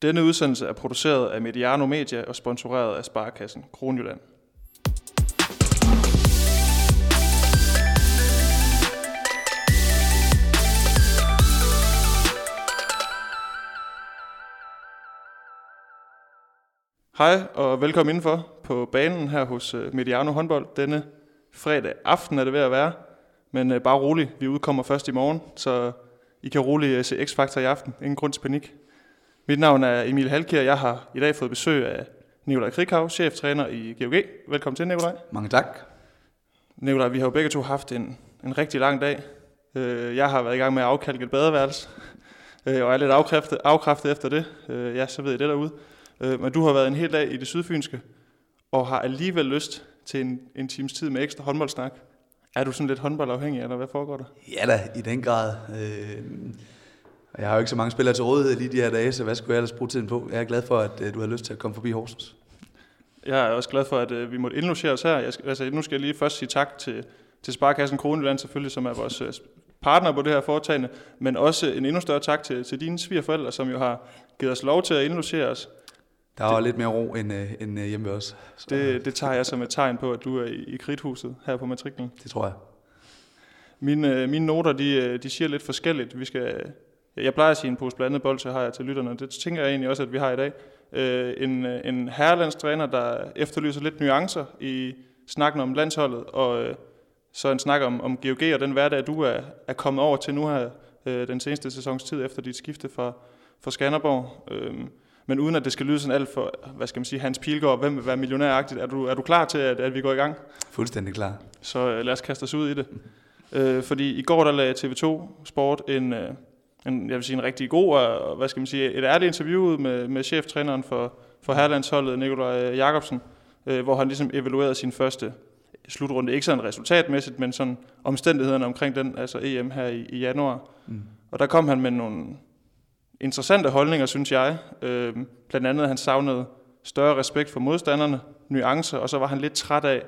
Denne udsendelse er produceret af Mediano Media og sponsoreret af Sparekassen Kronjylland. Hej og velkommen indenfor på banen her hos Mediano Håndbold. Denne fredag aften er det ved at være, men bare rolig, vi udkommer først i morgen, så I kan roligt se X-Factor i aften. Ingen grund til panik. Mit navn er Emil Halkjær. Jeg har i dag fået besøg af Nikolaj Krikhav, cheftræner i GOG. Velkommen til, Nikolaj. Mange tak. Nikolaj, vi har jo begge to haft en rigtig lang dag. Jeg har været i gang med at afkalke et badeværelse, og er lidt afkræftet efter det. Ja, så ved I det derude. Men du har været en hel dag i det sydfynske, og har alligevel lyst til en times tid med ekstra håndboldsnak. Er du sådan lidt håndboldafhængig, eller hvad foregår der? Ja da, i den grad. Jeg har jo ikke så mange spillere til rådighed lige de her dage, så hvad skulle jeg ellers bruge tiden på? Jeg er glad for, at du har lyst til at komme forbi Horsens. Jeg er også glad for, at vi måtte indlogere os her. Nu skal jeg lige først sige tak til Sparekassen Kronjylland, selvfølgelig, som er vores partner på det her foretagende, men også en endnu større tak til dine svigerforældre, som jo har givet os lov til at indlogere os. Der var lidt mere ro end hjemme ved os. Det tager jeg som et tegn på, at du er i kridthuset her på matriklen. Det tror jeg. Mine noter, de siger lidt forskelligt. Jeg plejer at sige en pose blandet bold, så har jeg til lytterne. Det tænker jeg egentlig også, at vi har i dag. En herrelandstræner, der efterlyser lidt nuancer i snakken om landsholdet, og så en snak om GOG og den hverdag, du er kommet over til nu her den seneste sæsons tid efter dit skifte fra Skanderborg. Men uden at det skal lyde sådan alt for, Hans Pilgaard, hvem vil være millionæragtigt, er du klar til, at vi går i gang? Fuldstændig klar. Så lad os kaste os ud i det. Fordi i går der lagde TV2 Sport en rigtig god og et ærligt interview med cheftræneren for herrelandsholdet, Nikolaj Jakobsen, hvor han ligesom evaluerede sin første slutrunde. Ikke sådan resultatmæssigt, men sådan omstændighederne omkring den, altså EM her i januar. Og der kom han med nogle interessante holdninger, synes jeg. Blandt andet, at han savnede større respekt for modstanderne, nuancer, og så var han lidt træt af,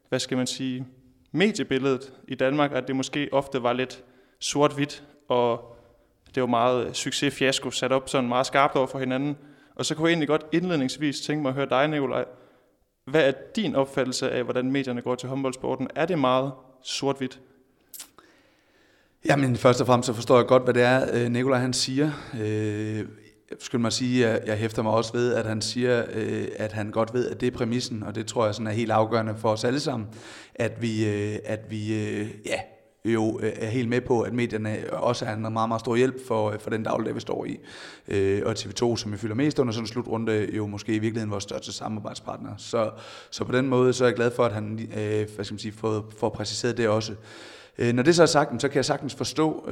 mediebilledet i Danmark, at det måske ofte var lidt sort-hvidt, og det var meget succes-fiasko sat op sådan meget skarpt over for hinanden. Og så kunne jeg egentlig godt indledningsvis tænke mig at høre dig, Nikolaj. Hvad er din opfattelse af, hvordan medierne går til håndboldsporten? Er det meget sort-hvidt? Jamen først og fremmest så forstår jeg godt, hvad det er, Nikolaj han siger. Skulle man sige, at jeg hæfter mig også ved, at han siger, at han godt ved, at det er præmissen, og det tror jeg sådan er helt afgørende for os alle sammen, at vi jo er helt med på, at medierne også er en meget, meget stor hjælp for den dagligdag, vi står i. Og TV2, som vi fylder mest under sådan en slutrunde, jo måske i virkeligheden vores største samarbejdspartner. Så på den måde så er jeg glad for, at han får præciseret det også. Når det så er sagt, så kan jeg sagtens forstå,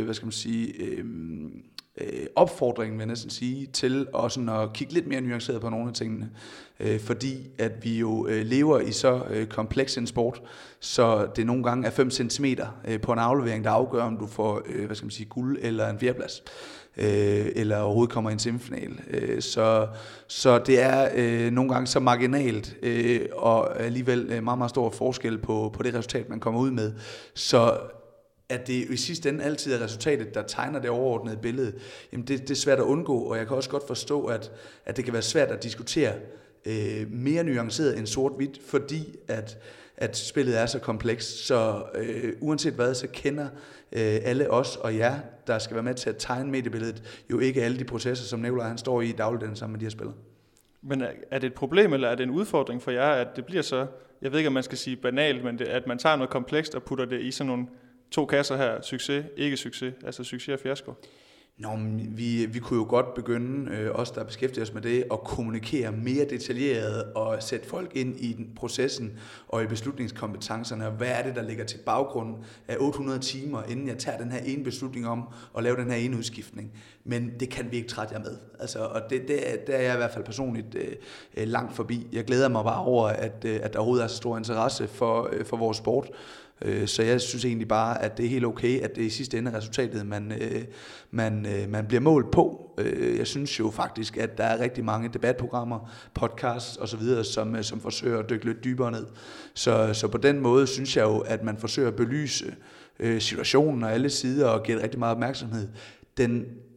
opfordringen, vil jeg næsten sige, til også at kigge lidt mere nuanceret på nogle af tingene. Fordi at vi jo lever i så kompleks en sport, så det nogle gange er 5 cm på en aflevering, der afgør, om du får guld eller en fjerdeplads. Eller overhovedet kommer i en semifinal. Så det er nogle gange så marginalt, og alligevel meget, meget stor forskel på det resultat, man kommer ud med. Så at det i sidste ende altid er resultatet, der tegner det overordnede billede, jamen det er svært at undgå, og jeg kan også godt forstå, at det kan være svært at diskutere mere nuanceret end sort-hvidt, fordi at spillet er så komplekst, så uanset hvad, så kender alle os og jer, der skal være med til at tegne mediebilledet, jo ikke alle de processer, som Nikolaj han står i dagligdagen sammen med de her spillere. Men er det et problem, eller er det en udfordring for jer, at det bliver så, jeg ved ikke, om man skal sige banalt, men at man tager noget komplekst og putter det i sådan nogle 2 kasser her, succes, ikke succes, altså succes og fiasko? Nå, vi kunne jo godt begynde, os der beskæftiger os med det, at kommunikere mere detaljeret og sætte folk ind i processen og i beslutningskompetencerne. Hvad er det, der ligger til baggrund af 800 timer, inden jeg tager den her ene beslutning om at lave den her ene udskiftning. Men det kan vi ikke trætte jer med. Altså, og det er jeg i hvert fald personligt langt forbi. Jeg glæder mig bare over, at der overhovedet er så stor interesse for vores sport. Så jeg synes egentlig bare, at det er helt okay, at det i sidste ende er resultatet, man bliver målt på. Jeg synes jo faktisk, at der er rigtig mange debatprogrammer, podcasts osv., som forsøger at dykke lidt dybere ned. Så på den måde synes jeg jo, at man forsøger at belyse situationen og alle sider og give rigtig meget opmærksomhed. Den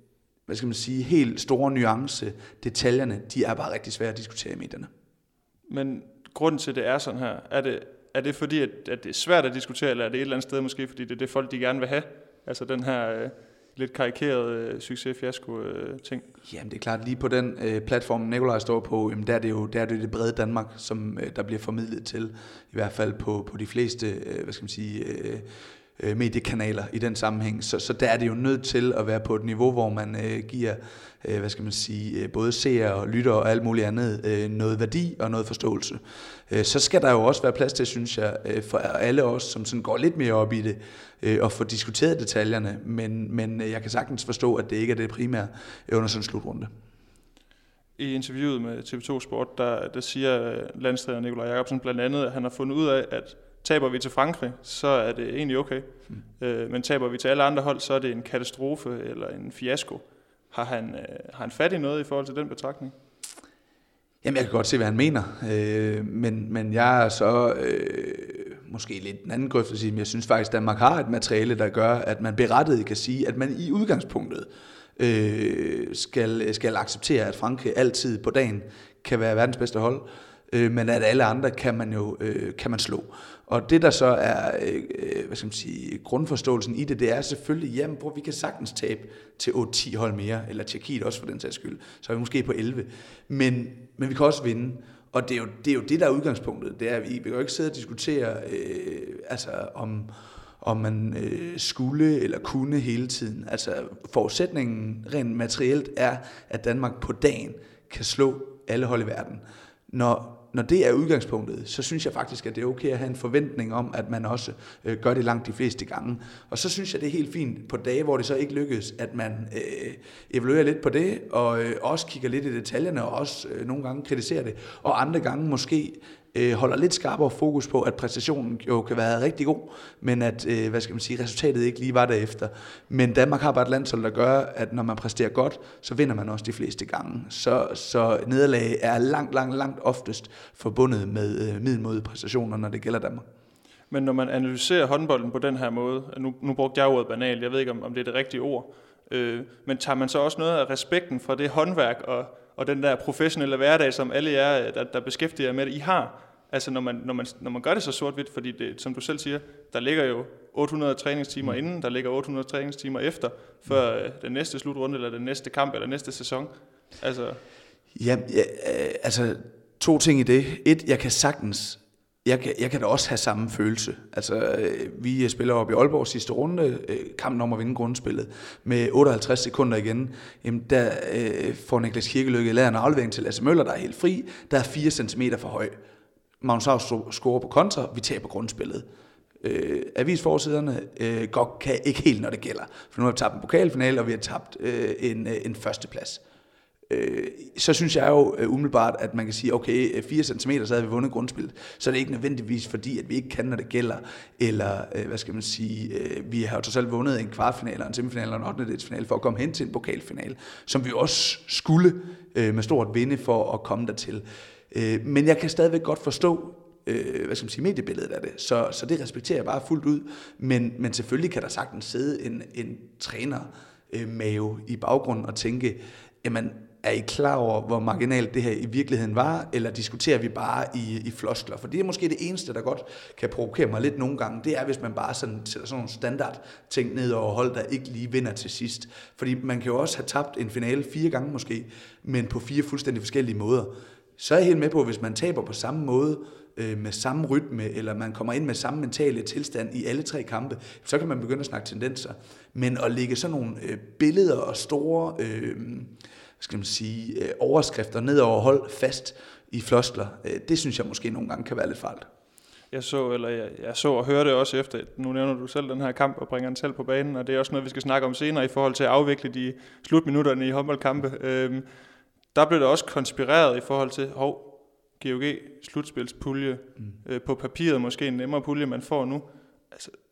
hvad skal man sige, helt store nuance, detaljerne, de er bare rigtig svære at diskutere i medierne. Men grunden til, det er sådan her, er det fordi, at det er svært at diskutere, eller er det et eller andet sted måske, fordi det er det folk, de gerne vil have? Altså den her lidt karikerede succes-fiasko-ting. Jamen det er klart, lige på den platform, Nikolaj står på, jamen, der er det brede Danmark, som der bliver formidlet til, i hvert fald på de fleste, hvad skal man sige, mediekanaler i den sammenhæng. Så der er det jo nødt til at være på et niveau, hvor man giver, hvad skal man sige, både seere og lyttere og alt muligt andet noget værdi og noget forståelse. Så skal der jo også være plads til, synes jeg, for alle os, som sådan går lidt mere op i det, og få diskuteret detaljerne, men jeg kan sagtens forstå, at det ikke er det primære under sådan en slutrunde. I interviewet med TV2 Sport, der siger landstræner Nikolaj Jakobsen blandt andet, at han har fundet ud af, at taber vi til Frankrig, så er det egentlig okay. Men taber vi til alle andre hold, så er det en katastrofe eller en fiasko. Har han fat i noget i forhold til den betragtning? Jamen, jeg kan godt se, hvad han mener. Men jeg er så måske lidt en anden grøft at sige, men jeg synes faktisk, at Danmark har et materiale, der gør, at man berettiget kan sige, at man i udgangspunktet skal acceptere, at Frankrig altid på dagen kan være verdens bedste hold, men at alle andre kan man slå. Og det der så er hvad skal man sige, grundforståelsen i det er selvfølgelig, jamen vi kan sagtens tabe til 8-10 hold mere, eller Tjekkiet også for den sags skyld, så er vi måske på 11, men vi kan også vinde. Og det er jo det, der er udgangspunktet. Det er, vi kan jo ikke sidde og diskutere om man skulle eller kunne hele tiden. Altså forudsætningen rent materielt er, at Danmark på dagen kan slå alle hold i verden. Når det er udgangspunktet, så synes jeg faktisk, at det er okay at have en forventning om, at man også gør det langt de fleste gange. Og så synes jeg, det er helt fint på dage, hvor det så ikke lykkes, at man evaluerer lidt på det, og også kigger lidt i detaljerne, og også nogle gange kritiserer det, og andre gange måske holder lidt skarpere fokus på, at præstationen jo kan være rigtig god, men at hvad skal man sige, resultatet ikke lige var derefter. Men Danmark har bare et landshold, der gør, at når man præsterer godt, så vinder man også de fleste gange. Så nederlag er langt oftest forbundet med middelmådige præstationer, når det gælder Danmark. Men når man analyserer håndbolden på den her måde, nu brugte jeg ordet banal, jeg ved ikke, om det er det rigtige ord, men tager man så også noget af respekten fra det håndværk og den der professionelle hverdag, som alle jer, der beskæftiger jer med det, I har? Altså når man gør det så sort-hvidt, fordi det, som du selv siger, der ligger jo 800 træningstimer inden, der ligger 800 træningstimer efter, før den næste slutrunde, eller den næste kamp, eller næste sæson. Altså... Ja, altså 2 ting i det. 1, jeg kan da også have samme følelse. Altså, vi spiller op i Aalborg sidste runde, kampen om at vinde grundspillet, med 58 sekunder igen. Jamen, der får Niklas Kirkelykke lavet en aflevering til Lasse Møller, der er helt fri. Der er 4 cm for høj. Magnus Haus scorer på kontra, vi taber grundspillet. Avisforsiderne kan ikke helt, når det gælder. For nu har vi tabt en pokalfinale, og vi har tabt en førsteplads. Så synes jeg jo umiddelbart, at man kan sige, okay, 4 cm, så havde vi vundet grundspillet. Så er det ikke nødvendigvis fordi, at vi ikke kan, når det gælder. Eller, hvad skal man sige, vi har jo trods alt vundet en kvartfinale, en semifinale og en 8. for at komme hen til en pokalfinale, som vi også skulle med stort vinde for at komme dertil. Men jeg kan stadigvæk godt forstå, hvad skal man sige, mediebilledet af det. Så det respekterer jeg bare fuldt ud. Men selvfølgelig kan der sagtens sidde en træner mave i baggrunden og tænke, jamen, er I klar over, hvor marginalt det her i virkeligheden var, eller diskuterer vi bare i floskler? For det er måske det eneste, der godt kan provokere mig lidt nogle gange, det er, hvis man bare sætter sådan nogle standard ting ned over hold, der ikke lige vinder til sidst. Fordi man kan jo også have tabt en finale 4 gange måske, men på 4 fuldstændig forskellige måder. Så er jeg helt med på, at hvis man taber på samme måde, med samme rytme, eller man kommer ind med samme mentale tilstand i alle 3 kampe, så kan man begynde at snakke tendenser. Men at lægge sådan nogle billeder og store skal man sige, overskrifter ned over hold fast i floskler, det synes jeg måske nogle gange kan være lidt farligt. Jeg så og hørte også efter, nu nævner du selv den her kamp og bringer den selv på banen, og det er også noget, vi skal snakke om senere i forhold til at afvikle de slutminutterne i håndboldkampe. Der blev der også konspireret i forhold til, GOG slutspilspulje, på papiret måske en nemmere pulje, man får nu. Altså,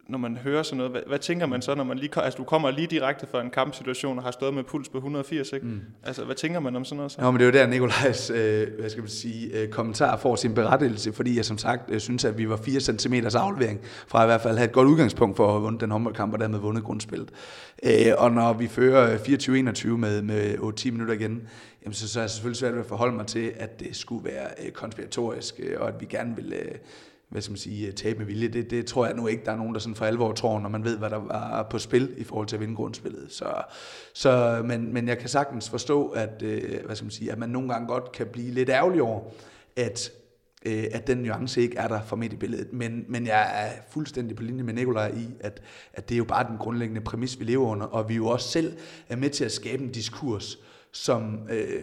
når man hører sådan noget, hvad tænker man så, når man du kommer lige direkte fra en kampsituation og har stået med puls på 180, ikke? Altså, hvad tænker man om sådan noget så? Nå, men det er jo der, Nikolajs kommentar får sin berettigelse, fordi jeg som sagt synes, at vi var 4 centimeters aflevering fra i hvert fald at have et godt udgangspunkt for at have vundet den håndboldkamp og dermed vundet grundspillet. Og når vi fører 24-21 med 8-10 minutter igen, jamen så er jeg selvfølgelig svært ved at forholde mig til, at det skulle være konspiratorisk, og at vi gerne ville tabe med vilje. Det tror jeg nu ikke, der er nogen, der sådan for alvor tror, når man ved, hvad der var på spil i forhold til at vinde grundspillet. Men jeg kan sagtens forstå, at man nogle gange godt kan blive lidt ærgerlig over, at den nuance ikke er der for midt i billedet. Men jeg er fuldstændig på linje med Nikolaj i, at det er jo bare den grundlæggende præmis, vi lever under, og vi jo også selv er med til at skabe en diskurs, som,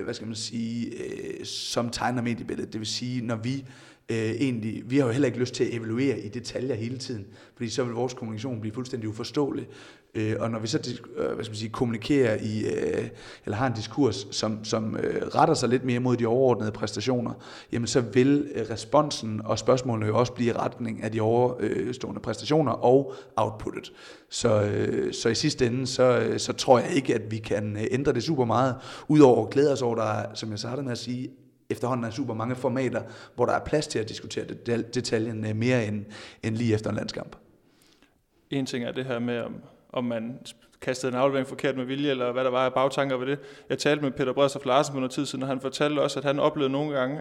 som tegner mediebilledet. Det vil sige, når vi vi har jo heller ikke lyst til at evaluere i detaljer hele tiden, fordi så vil vores kommunikation blive fuldstændig uforståelig. Og når vi så kommunikerer eller har en diskurs, som retter sig lidt mere mod de overordnede præstationer, jamen så vil responsen og spørgsmålene jo også blive i retning af de overstående præstationer og outputtet. Så i sidste ende, så tror jeg ikke, at vi kan ændre det super meget, udover at glæde os over, der, som jeg startede med at sige, efterhånden er super mange formater, hvor der er plads til at diskutere detaljen mere end lige efter en landskamp. En ting er det her med, om man kastede en aflevering forkert med vilje, eller hvad der var af bagtanker ved det. Jeg talte med Peter Bredstof Larsen for noget tid siden, og han fortalte også, at han oplevede nogle gange,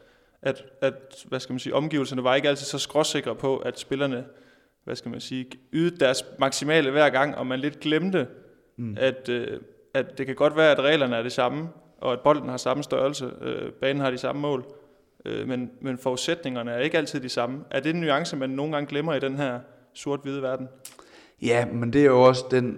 at omgivelserne var ikke altid så skråsikre på, at spillerne, ydede deres maksimale hver gang, og man lidt glemte, at det kan godt være, at reglerne er det samme, og at bolden har samme størrelse, banen har de samme mål, men forudsætningerne er ikke altid de samme. Er det en nuance, man nogle gange glemmer i den her sort-hvide verden? Ja, men det er jo også den,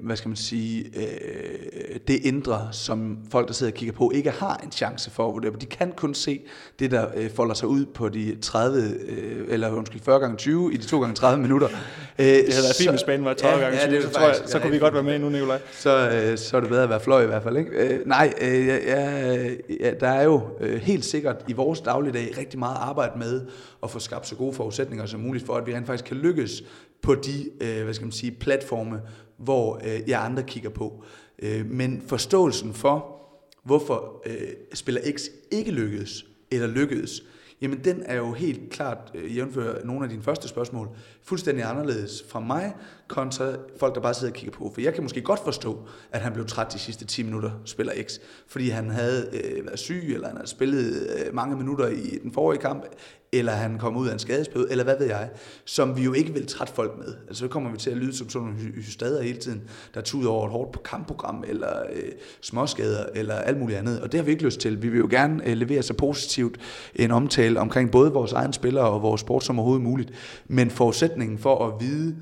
det indre, som folk, der sidder og kigger på, ikke har en chance for at vurdere. De kan kun se det, der folder sig ud på de 40 gange 20 i de 2 gange 30 minutter. Det havde været fint, hvis banen var 30 gange 20, det så tror jeg, så kunne vi godt være med nu, Nikolaj. Så er det bedre at være fløj i hvert fald, ikke? Der er jo helt sikkert i vores dagligdag rigtig meget arbejde med at få skabt så gode forudsætninger som muligt for, at vi rent faktisk kan lykkes på de, platforme, hvor jeg andre kigger på. Men forståelsen for, hvorfor spiller X ikke lykkedes, eller lykkedes, jamen den er jo helt klart, jævnfører nogle af dine første spørgsmål, fuldstændig anderledes fra mig, kontra folk, der bare sidder og kigger på. For jeg kan måske godt forstå, at han blev træt de sidste 10 minutter, spiller X, fordi han havde været syg, eller han havde spillet mange minutter i den forrige kamp, eller han kom ud af en skadesperiode, eller hvad ved jeg, som vi jo ikke vil trætte folk med. Altså så kommer vi til at lyde som sådan nogle hystader hele tiden, der tuder over et hårdt kampprogram, eller småskader, eller alt muligt andet, og det har vi ikke lyst til. Vi vil jo gerne levere så positivt en omtale omkring både vores egne spillere og vores sport som overhovedet muligt, men forudsætningen for at vide,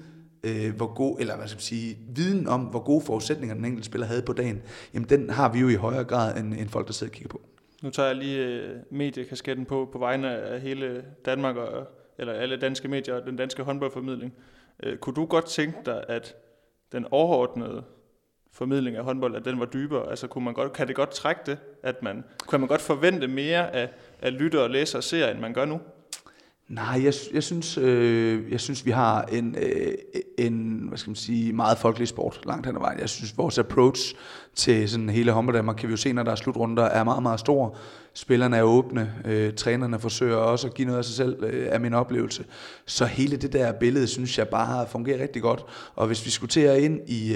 viden om, hvor gode forudsætninger den enkelte spiller havde på dagen, jamen den har vi jo i højere grad end folk, der sidder og kigger på. Nu tager jeg lige mediekasketten på vegne af hele Danmark, eller alle danske medier og den danske håndboldformidling. Kunne du godt tænke dig, at den overordnede formidling af håndbold, at den var dybere? Altså kan det godt trække det? Kan man godt forvente mere af lyttere, læsere og seere, end man gør nu? Nej, jeg synes vi har en meget folkelig sport langt hen ad vejen. Jeg synes vores approach til sådan hele håndbold, kan vi jo se, når der er slutrunder, er meget, meget stor. Spillerne er åbne, trænerne forsøger også at give noget af sig selv, af min oplevelse. Så hele det der billede, synes jeg bare fungerer rigtig godt. Og hvis vi skulle til at ind i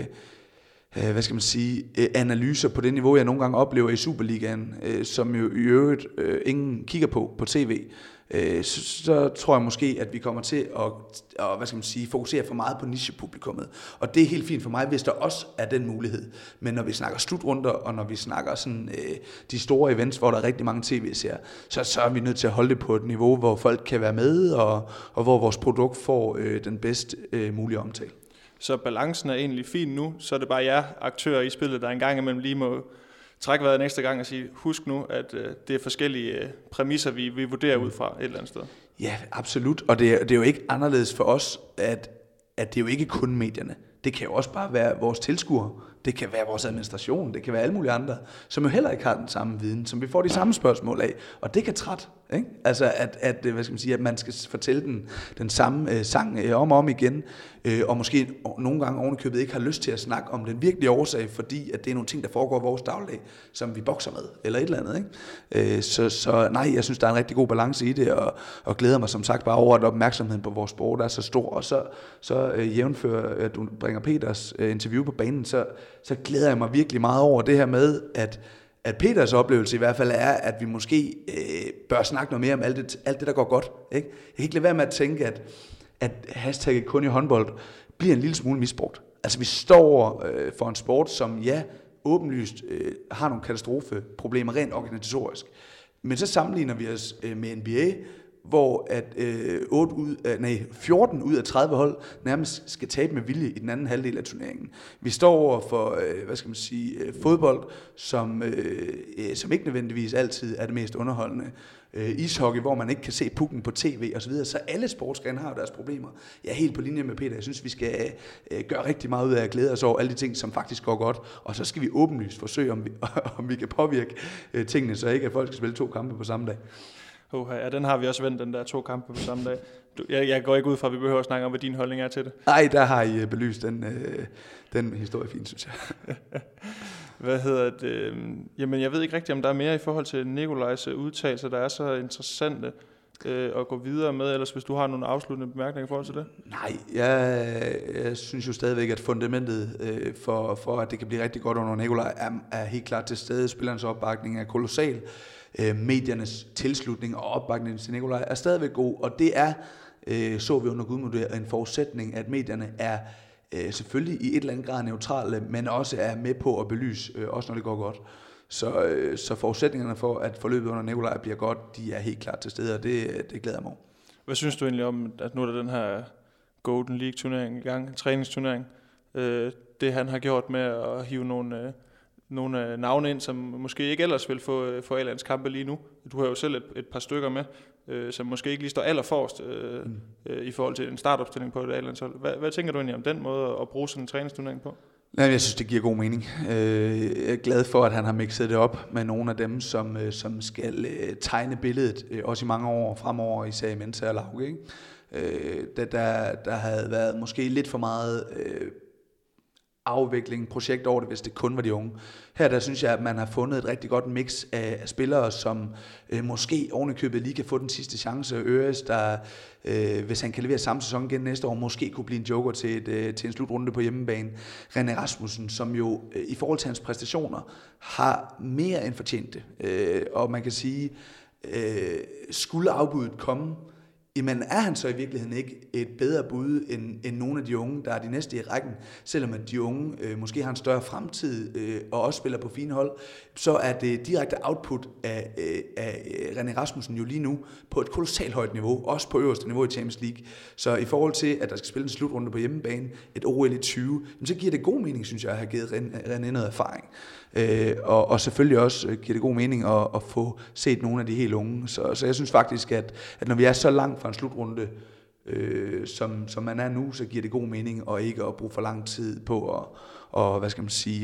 analyser på det niveau, jeg nogle gange oplever i Superligaen, som jo i øvrigt ingen kigger på tv, så tror jeg måske, at vi kommer til at fokusere for meget på nichepublikummet. Og det er helt fint for mig, hvis der også er den mulighed. Men når vi snakker slutrunder, og når vi snakker sådan, de store events, hvor der er rigtig mange tv-serier, så er vi nødt til at holde det på et niveau, hvor folk kan være med, og hvor vores produkt får den bedst mulige omtale. Så balancen er egentlig fin nu, så er det bare jer aktører i spillet, der engang imellem lige må trække vejret en ekstra gang og sige, husk nu, at det er forskellige præmisser, vi vurderer ud fra et eller andet sted. Ja, absolut. Og det er jo ikke anderledes for os, at det er jo ikke kun medierne. Det kan jo også bare være vores tilskuere. Det kan være vores administration. Det kan være alle mulige andre, som jo heller ikke har den samme viden, som vi får de samme spørgsmål af. Og det kan trætte Ikke? Altså hvad skal man sige, at man skal fortælle den samme sang om og om igen, og måske nogle gange ovenikøbet ikke har lyst til at snakke om den virkelige årsag, fordi at det er nogle ting, der foregår i vores dagligdag, som vi bokser med, eller et eller andet. Ikke? Så nej, jeg synes, der er en rigtig god balance i det, og glæder mig som sagt bare over, at opmærksomheden på vores sport er så stor, og så jævnfører, at du bringer Peters interview på banen, så glæder jeg mig virkelig meget over det her med, at Peters oplevelse i hvert fald er, at vi måske bør snakke noget mere om alt det, der går godt. Ikke? Jeg kan ikke lade være med at tænke, at hashtagget kun i håndbold bliver en lille smule misbrugt. Altså vi står for en sport, som åbenlyst har nogle katastrofeproblemer rent organisatorisk. Men så sammenligner vi os med NBA, hvor at 14 ud af 30 hold nærmest skal tabe med vilje i den anden halvdel af turneringen. Vi står over for fodbold, som ikke nødvendigvis altid er det mest underholdende. Ishockey, hvor man ikke kan se pucken på tv osv. Så alle sportsgrene har deres problemer. Jeg er helt på linje med Peter. Jeg synes, vi skal gøre rigtig meget ud af at glæde os over alle de ting, som faktisk går godt. Og så skal vi åbenlyst forsøge, om vi kan påvirke tingene, så ikke at folk skal spille 2 kampe på samme dag. Ja, den har vi også vendt, den der 2 kampe på samme dag. Jeg går ikke ud fra, at vi behøver at snakke om, hvad din holdning er til det. Nej, der har I belyst den historie fint, synes jeg. Hvad hedder det? Jamen, jeg ved ikke rigtigt, om der er mere i forhold til Nikolajs udtalelser, der er så interessante at gå videre med, ellers hvis du har nogle afsluttende bemærkninger i forhold til det? Nej, jeg synes jo stadigvæk, at fundamentet for at det kan blive rigtig godt under Nikolaj, er helt klart til stede. Spillernes opbakning er kolossal. Mediernes tilslutning og opbakning til Nikolaj er stadigvæk god, og det er, så vi under Gudmundur, en forudsætning, at medierne er selvfølgelig i et eller andet grad neutrale, men også er med på at belyse, også når det går godt. Så forudsætningerne for, at forløbet under Nikolaj bliver godt, de er helt klart til stede, og det glæder jeg mig over. Hvad synes du egentlig om, at nu er der den her Golden League-turnering i gang, træningsturnering, det han har gjort med at hive nogle navne ind, som måske ikke ellers vil få A-lands kampe lige nu. Du har jo selv et par stykker med, som måske ikke lige står allerforrest i forhold til en startopstilling på et A-landshold. Hvad tænker du egentlig om den måde at bruge sådan en træningsturnering på? Jeg synes, det giver god mening. Jeg er glad for, at han har mixet det op med nogle af dem, som skal tegne billedet, også i mange år fremover, især i Mensa og Lauke. Ikke? Der havde været måske lidt for meget afvikling, projekt over det, hvis det kun var de unge. Her der synes jeg, at man har fundet et rigtig godt mix af spillere, som måske ovenikøbet lige kan få den sidste chance. Øres, der hvis han kan levere samme sæson igen næste år, måske kunne blive en joker til en slutrunde på hjemmebane. René Rasmussen, som jo i forhold til hans præstationer har mere end fortjent det. Og man kan sige, skulle afbuddet komme, jamen er han så i virkeligheden ikke et bedre bud end nogle af de unge, der er de næste i rækken, selvom at de unge måske har en større fremtid og også spiller på fine hold, så er det direkte output af René Rasmussen jo lige nu på et kolossalt højt niveau, også på øverste niveau i Champions League. Så i forhold til, at der skal spille en slutrunde på hjemmebane, et OL i 20, så giver det god mening, synes jeg, at have givet René noget erfaring. Og selvfølgelig også giver det god mening at få set nogle af de helt unge. Så jeg synes faktisk, at når vi er så langt fra en slutrunde, som man er nu, så giver det god mening, og ikke at bruge for lang tid på at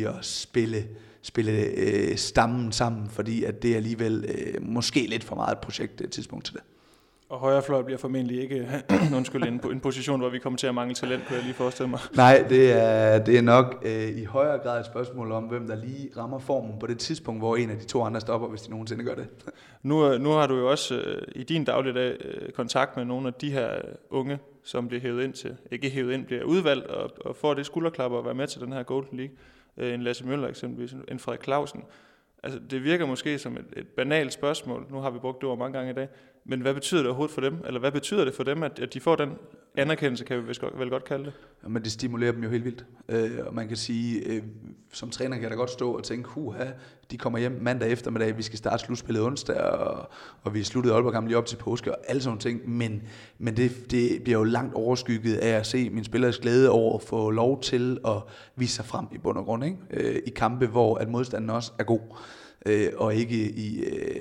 spille stammen sammen, fordi at det er alligevel måske lidt for meget et projekt tidspunkt til det. Og højrefløj bliver formentlig ikke en position, hvor vi kommer til at mangle talent, kunne jeg lige forestille mig. Nej, det er nok i højere grad et spørgsmål om, hvem der lige rammer formen på det tidspunkt, hvor en af de 2 andre stopper, hvis de nogensinde gør det. Nu har du jo også i din dagligdag kontakt med nogle af de her unge, som bliver bliver udvalgt og får det skulderklap at være med til den her Golden League. En Lasse Møller eksempelvis, en Frederik Clausen. Altså, det virker måske som et banalt spørgsmål. Nu har vi brugt det ord mange gange i dag. Men hvad betyder det overhovedet for dem? Eller hvad betyder det for dem, at de får den anerkendelse, kan vi vel godt kalde det? Men det stimulerer dem jo helt vildt. Og man kan sige, som træner kan jeg da godt stå og tænke, de kommer hjem mandag eftermiddag, vi skal starte slutspillet onsdag, og vi sluttede Aalborg lige op til påske, og alle sådan ting. Men det bliver jo langt overskygget af at se mine spillers glæde over at få lov til at vise sig frem i bund og grund, ikke? I kampe, hvor at modstanden også er god. og ikke i,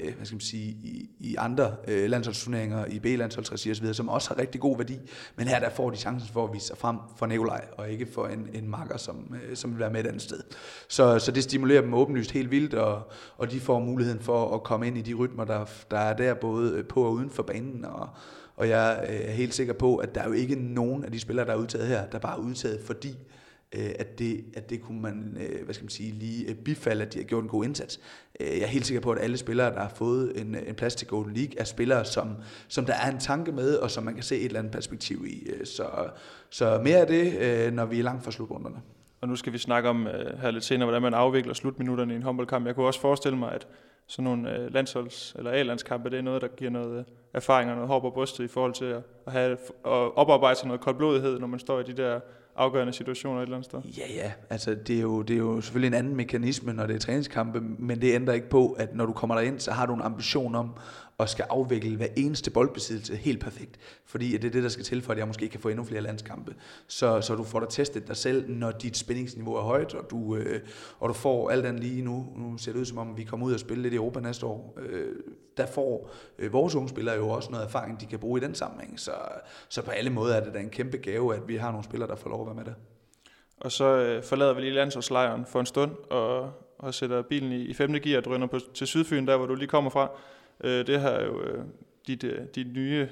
i andre landsholdsturneringer, i B-landsholdsregi osv., som også har rigtig god værdi. Men her der får de chancen for at vise sig frem for Nikolaj, og ikke for en makker, som vil være med et andet sted. Så det stimulerer dem åbenlyst helt vildt, og de får muligheden for at komme ind i de rytmer, der er der, både på og uden for banen, og jeg er helt sikker på, at der er jo ikke nogen af de spillere, der er udtaget her, der bare er udtaget, fordi at det kunne man, lige bifalde, at de har gjort en god indsats. Jeg er helt sikker på, at alle spillere, der har fået en plads til Golden League, er spillere, som der er en tanke med, og som man kan se et eller andet perspektiv i. Så mere af det, når vi er langt fra slutrunderne. Og nu skal vi snakke om her lidt senere, hvordan man afvikler slutminutterne i en håndboldkamp. Jeg kunne også forestille mig, at sådan nogle landsholds- eller A-landskampe, det er noget, der giver noget erfaring og noget hår på brystet i forhold til at oparbejde sig noget koldblodighed, når man står i de der afgørende situationer et eller andet sted. Ja, altså det er jo selvfølgelig en anden mekanisme, når det er træningskampe, men det ændrer ikke på, at når du kommer derind, så har du en ambition om at skal afvikle hver eneste boldbesiddelse helt perfekt, fordi det er det, der skal til for, at jeg måske kan få endnu flere landskampe. Så du får dig testet dig selv, når dit spændingsniveau er højt, og du får alt andet lige nu ser det ud som om, vi kommer ud og spille lidt i Europa næste år. Der får vores unge spillere jo også noget erfaring, de kan bruge i den sammenhæng, så på alle måder er det da en kæmpe gave, at vi har nogle spillere, der får lov at være med der. Og så forlader vi lige landsholdslejren for en stund, og sætter bilen i 5. gear og drøner til Sydfyn, der hvor du lige kommer fra. Det her er jo dit nye,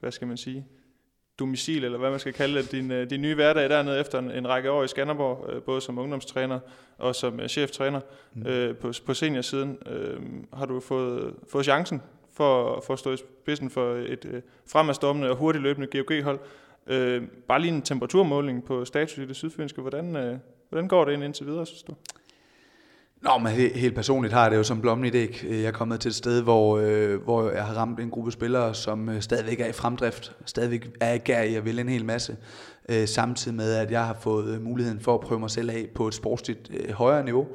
domicil, eller hvad man skal kalde det, din nye hverdag dernede efter en række år i Skanderborg, både som ungdomstræner og som cheftræner på seniorsiden. Har du fået chancen for at stå i spidsen for et fremadstormende og hurtigt løbende GOG-hold. Bare lige en temperaturmåling på status i det sydfynske. Hvordan går det indtil videre, synes du? Nå, men helt personligt har jeg det jo som blommen i dæk. Jeg er kommet til et sted, hvor jeg har ramt en gruppe spillere, som stadigvæk er i fremdrift, stadigvæk er i gær i at ville en hel masse, samtidig med, at jeg har fået muligheden for at prøve mig selv af på et sportsligt højere niveau,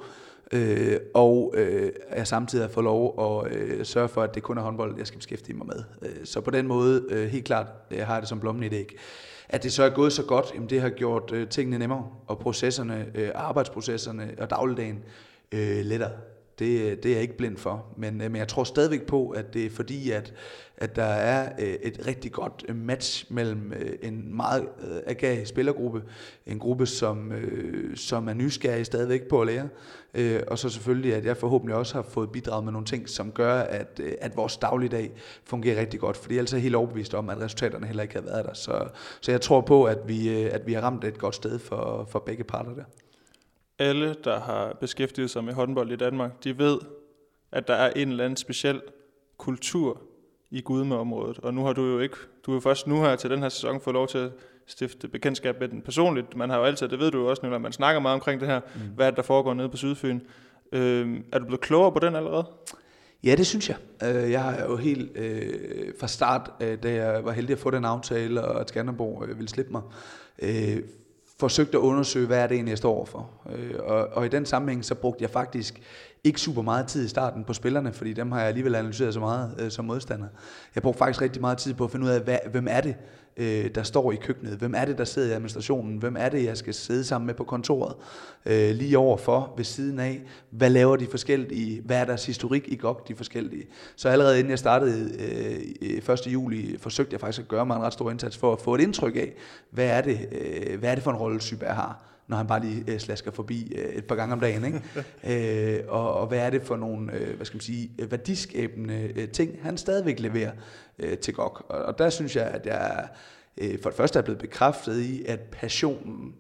og jeg samtidig har fået lov at sørge for, at det kun er håndbold, jeg skal beskæftige mig med. Så på den måde, helt klart, har jeg det som blommen i dæk. At det så er gået så godt, jamen det har gjort tingene nemmere, og processerne, arbejdsprocesserne og dagligdagen lettere. Det er jeg ikke blind for, men jeg tror stadigvæk på, at det er fordi, at der er et rigtig godt match mellem en meget agerig spillergruppe, en gruppe, som er nysgerrig stadigvæk på at lære, og så selvfølgelig, at jeg forhåbentlig også har fået bidraget med nogle ting, som gør, at vores dagligdag fungerer rigtig godt, fordi jeg er altså helt overbevist om, at resultaterne heller ikke har været der. Så jeg tror på, at vi har ramt et godt sted for begge parter der. Alle, der har beskæftiget sig med håndbold i Danmark, de ved, at der er en eller anden speciel kultur i Gudme-området. Og nu har du er først nu her til den her sæson fået lov til at stifte bekendtskab med den personligt. Man har jo altid, det ved du jo også, når man snakker meget omkring det her, hvad er det, der foregår nede på Sydfyn. Er du blevet klogere på den allerede? Ja, det synes jeg. Jeg har jo helt fra start, da jeg var heldig at få den aftale, og at Skanderborg ville slippe mig, forsøgt at undersøge, hvad er det egentlig, jeg står overfor. Og i den sammenhæng, så brugte jeg faktisk ikke super meget tid i starten på spillerne, fordi dem har jeg alligevel analyseret så meget som modstander. Jeg brugte faktisk rigtig meget tid på at finde ud af, hvem er det, der står i køkkenet? Hvem er det, der sidder i administrationen? Hvem er det, jeg skal sidde sammen med på kontoret? Lige overfor, ved siden af. Hvad laver de forskellige? Hvad er deres historik i GOG, de forskellige? Så allerede inden jeg startede 1. juli, forsøgte jeg faktisk at gøre mig en ret stor indsats for at få et indtryk af, hvad er det for en rolle Syberg har, når han bare lige slasker forbi et par gange om dagen, ikke? Og hvad er det for nogle, værdiskabende ting, han stadigvæk leverer til GOG. Og der synes jeg, at jeg for det første er blevet bekræftet i, at passionen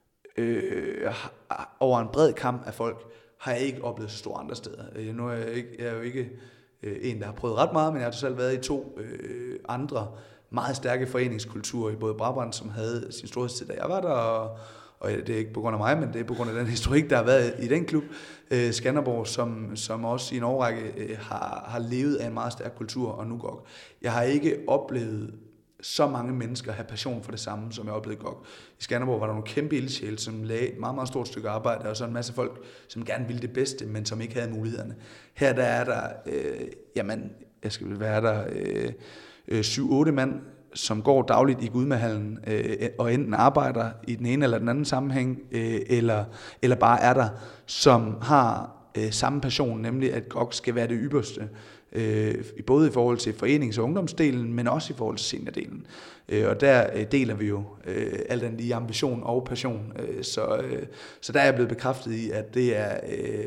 over en bred kamp af folk, har jeg ikke oplevet så store andre steder. Nu er jeg jo ikke en, der har prøvet ret meget, men jeg har selv været i 2 andre meget stærke foreningskulturer i både Brabrand, som havde sin storhedstid, da jeg var der, og det er ikke på grund af mig, men det er på grund af den historik, der har været i den klub. Skanderborg, som også i en årrække har levet af en meget stærk kultur, og nu GOG. Jeg har ikke oplevet så mange mennesker have passion for det samme, som jeg oplevede i GOG. I Skanderborg var der nogle kæmpe ildsjæle, som lagde et meget, meget stort stykke arbejde, og så en masse folk, som gerne ville det bedste, men som ikke havde mulighederne. Her der er der, jeg skal være der 7-8 mand, som går dagligt i Gudmehallen og enten arbejder i den ene eller den anden sammenhæng, eller bare er der, som har samme passion, nemlig at GOG skal være det ypperste, både i forhold til forenings- og ungdomsdelen, men også i forhold til seniordelen. Og der deler vi jo alt andet i ambition og passion. Så der er jeg blevet bekræftet i, at det er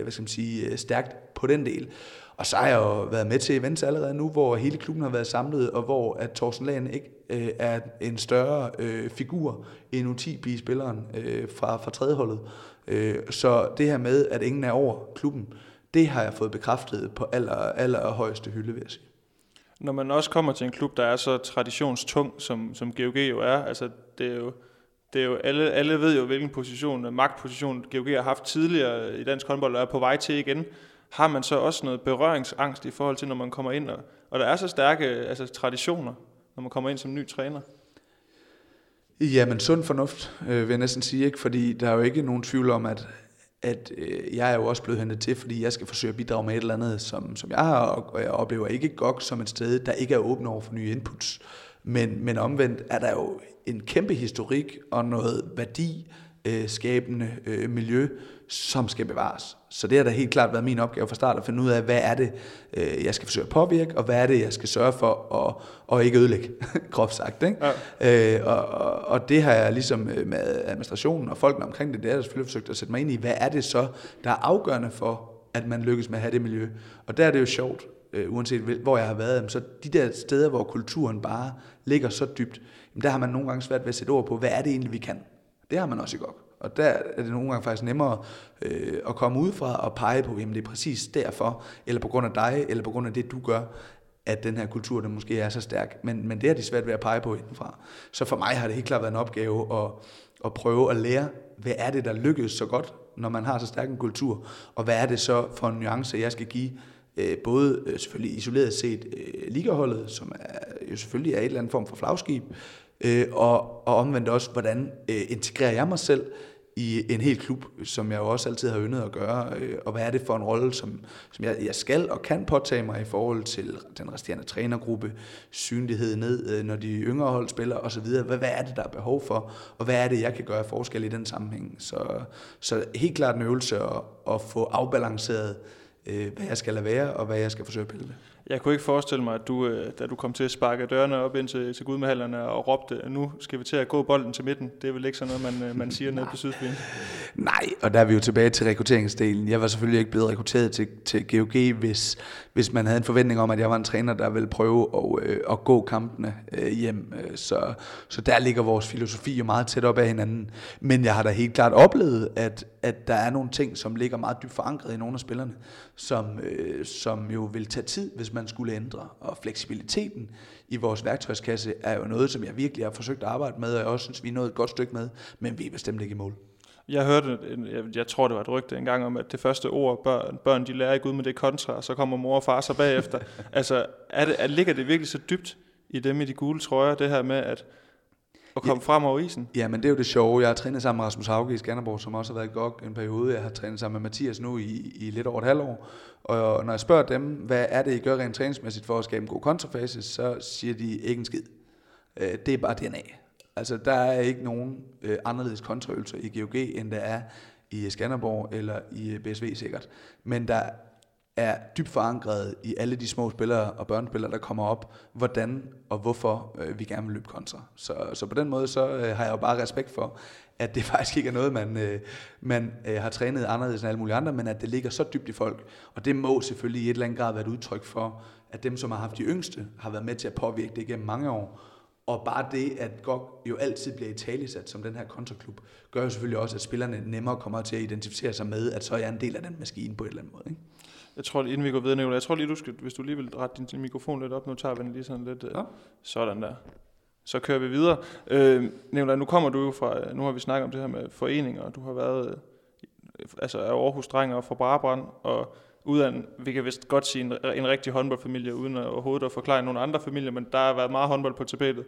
stærkt på den del. Og så har jeg jo været med til events allerede nu, hvor hele klubben har været samlet, og hvor at Thorsten Lagen ikke er en større figur end U10-pigespilleren fra tredjeholdet. Så det her med, at ingen er over klubben, det har jeg fået bekræftet på allerhøjeste hylde, vil jeg sige. Når man også kommer til en klub, der er så traditionstung, som GOG jo er, altså det er jo alle ved jo, hvilken magtposition GOG har haft tidligere i dansk håndbold, og er på vej til igen. Har man så også noget berøringsangst i forhold til, når man kommer ind, og der er så stærke traditioner, når man kommer ind som ny træner? Jamen, sund fornuft, vil jeg næsten sige, ikke? Fordi der er jo ikke nogen tvivl om, at jeg er jo også blevet hentet til, fordi jeg skal forsøge at bidrage med et eller andet, som jeg har, og jeg oplever ikke GOG som et sted, der ikke er åben over for nye inputs. Men omvendt er der jo en kæmpe historik og noget værdiskabende miljø, som skal bevares. Så det har da helt klart været min opgave fra start at finde ud af, hvad er det, jeg skal forsøge at påvirke, og hvad er det, jeg skal sørge for at ikke ødelægge, groft sagt. Ikke? Ja. Og det har jeg ligesom med administrationen og folkene omkring det, der har jeg selvfølgelig forsøgt at sætte mig ind i, hvad er det så, der er afgørende for, at man lykkes med at have det miljø. Og der er det jo sjovt, uanset hvor jeg har været, så de der steder, hvor kulturen bare ligger så dybt, der har man nogle gange svært ved at sætte ord på, hvad er det egentlig, vi kan. Det har man også i GOG. Og der er det nogle gange faktisk nemmere at komme udefra og pege på, jamen det er præcis derfor, eller på grund af dig, eller på grund af det, du gør, at den her kultur, den måske er så stærk. Men det er de svært ved at pege på indenfra. Så for mig har det helt klart været en opgave at prøve at lære, hvad er det, der lykkes så godt, når man har så stærk en kultur, og hvad er det så for en nuance, jeg skal give, både selvfølgelig isoleret set ligaholdet, som jo selvfølgelig er et eller andet form for flagskib, og omvendt også, hvordan integrerer jeg mig selv i en hel klub, som jeg jo også altid har yndet at gøre, og hvad er det for en rolle, som jeg skal og kan påtage mig i forhold til den resterende trænergruppe, synlighed ned, når de yngre hold spiller osv. Hvad er det, der er behov for, og hvad er det, jeg kan gøre forskel i den sammenhæng? Så helt klart en øvelse at få afbalanceret, hvad jeg skal lade være, og hvad jeg skal forsøge at pille. Jeg kunne ikke forestille mig, at du, da du kom til at sparke dørene op ind til Gudmehallerne og råbte, nu skal vi til at gå bolden til midten. Det er vel ikke sådan noget, man siger nede på Sydfyn? Nej, og der er vi jo tilbage til rekrutteringsdelen. Jeg var selvfølgelig ikke blevet rekrutteret til GOG, hvis man havde en forventning om, at jeg var en træner, der ville prøve at gå kampene hjem. Så der ligger vores filosofi jo meget tæt op af hinanden. Men jeg har da helt klart oplevet, at der er nogle ting, som ligger meget dybt forankret i nogle af spillerne, som jo vil tage tid, hvis man skulle ændre. Og fleksibiliteten i vores værktøjskasse er jo noget, som jeg virkelig har forsøgt at arbejde med, og jeg også synes, vi er nået et godt stykke med, men vi er bestemt ikke i mål. Jeg hørte, jeg tror det var et rygte engang om, at det første ord, børn de lærer ikke ud med det kontra, og så kommer mor og far så bagefter. Altså, ligger det virkelig så dybt i dem i de gule trøjer, det her med at komme frem over isen? Ja, men det er jo det sjove. Jeg har trænet sammen med Rasmus Hauge i Skanderborg, som også har været i GOG en periode. Jeg har trænet sammen med Mathias nu i lidt over et halvår. Og når jeg spørger dem, hvad er det, I gør rent træningsmæssigt for at skabe en god kontrafase, så siger de ikke en skid. Det er bare DNA. Altså, der er ikke nogen anderledes kontraøvelser i GOG, end der er i Skanderborg eller i BSV sikkert. Men der er dybt forankret i alle de små spillere og børnespillere, der kommer op, hvordan og hvorfor vi gerne vil løbe kontra. Så på den måde så har jeg jo bare respekt for, at det faktisk ikke er noget, man har trænet anderledes end alle mulige andre, men at det ligger så dybt i folk. Og det må selvfølgelig i et eller andet grad være et udtryk for, at dem, som har haft de yngste, har været med til at påvirke det gennem mange år. Og bare det, at GOG jo altid bliver italesat som den her kontraklub, gør jo selvfølgelig også, at spillerne nemmere kommer til at identificere sig med, at så er jeg en del af den maskine på et eller andet måde, ikke? Jeg tror, inden vi går videre, Nicolai, jeg tror lige, du skal, hvis du lige vil rette din mikrofon lidt op, nu tager vi den lige sådan lidt, sådan der. Så kører vi videre. Nicolai, nu kommer du jo fra, nu har vi snakket om det her med foreninger, og du har været af Aarhus-dreng og fra Brabrand, og vi kan vist godt sige en rigtig håndboldfamilie, uden overhovedet at forklare nogle andre familier, men der har været meget håndbold på tapetet.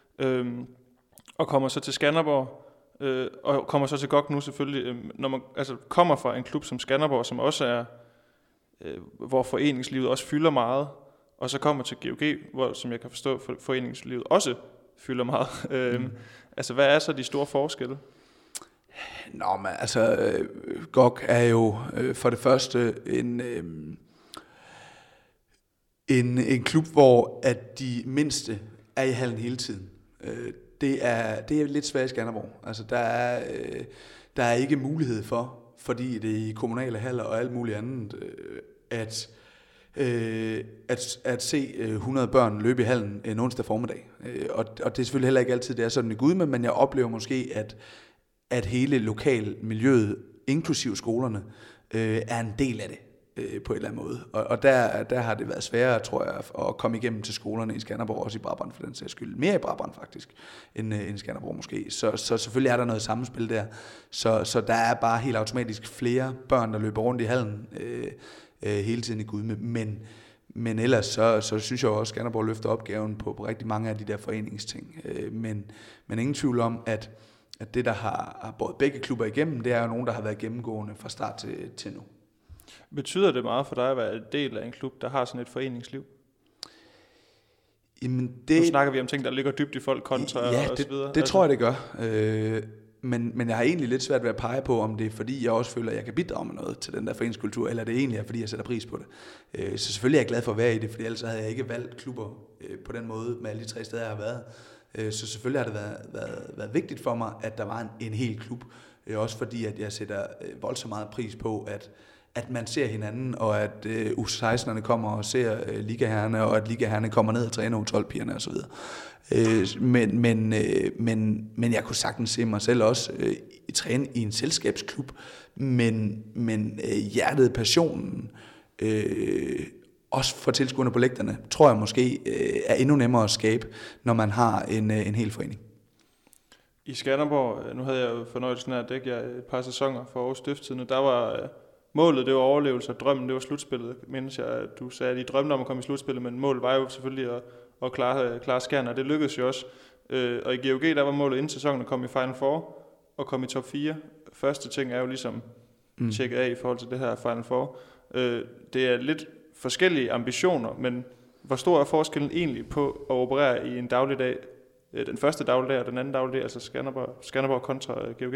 Og kommer så til Skanderborg, og kommer så til GOG nu selvfølgelig, når man kommer fra en klub som Skanderborg, som også er, hvor foreningslivet også fylder meget, og så kommer til GOG, hvor, som jeg kan forstå, foreningslivet også fylder meget. Hvad er så de store forskelle? Nå, men altså, GOG er jo for det første en klub, hvor at de mindste er i hallen hele tiden. Det er lidt svært i Skanderborg. Altså, der er ikke mulighed for, fordi det er i kommunale haller og alt muligt andet, at se 100 børn løbe i hallen en onsdag formiddag. Og det er selvfølgelig heller ikke altid, det er sådan i Gudme, men jeg oplever måske, at hele lokalmiljøet, inklusive skolerne, er en del af det på en eller anden måde. Og der har det været sværere, tror jeg, at komme igennem til skolerne i Skanderborg, også i Brabrand for den sags skyld. Mere i Brabrand faktisk, end i Skanderborg måske. Så selvfølgelig er der noget sammenspil der. Så der er bare helt automatisk flere børn, der løber rundt i hallen hele tiden i Gudme. Men ellers så synes jeg også, at Skanderborg løfter opgaven på rigtig mange af de der foreningsting. Men ingen tvivl om, at det, der har båret begge klubber igennem, det er jo nogen, der har været gennemgående fra start til nu. Betyder det meget for dig at være en del af en klub, der har sådan et foreningsliv? Jamen nu snakker vi om ting, der ligger dybt i folk kontra og så videre. Det tror jeg, det gør. Men jeg har egentlig lidt svært ved at pege på, om det er fordi, jeg også føler, at jeg kan bidrage med noget til den der foreningskultur, eller det egentlig er, fordi jeg sætter pris på det. Så selvfølgelig er jeg glad for at være i det, fordi ellers havde jeg ikke valgt klubber på den måde, med alle de 3 steder, jeg har været. Så selvfølgelig har det været vigtigt for mig, at der var en hel klub. Også fordi, at jeg sætter voldsomt meget pris på, at man ser hinanden, og at U16'erne kommer og ser ligaherrene, og at ligaherrene kommer ned og træner U12-pigerne osv. Men jeg kunne sagtens se mig selv også træne i en selskabsklub, men hjertet, passionen, også for tilskuerne på lægterne, tror jeg måske er endnu nemmere at skabe, når man har en hel forening. I Skanderborg, nu havde jeg jo fornøjelsen af at dække jer et par sæsoner for Aarhus Stiftstidende, der var målet, det var overlevelse, og drømmen, det var slutspillet. Mindes jeg, at du sagde, at I drømte om at komme i slutspillet, men målet var jo selvfølgelig at klare skærne, og det lykkedes jo også. Og i GOG, der var målet inden sæsonen at komme i Final Four og komme i top 4. Første ting er jo ligesom tjekket af i forhold til det her Final Four. Det er lidt forskellige ambitioner, men hvor stor er forskellen egentlig på at operere i en dagligdag, den første dagligdag og den anden dagligdag, altså Skanderborg kontra GOG?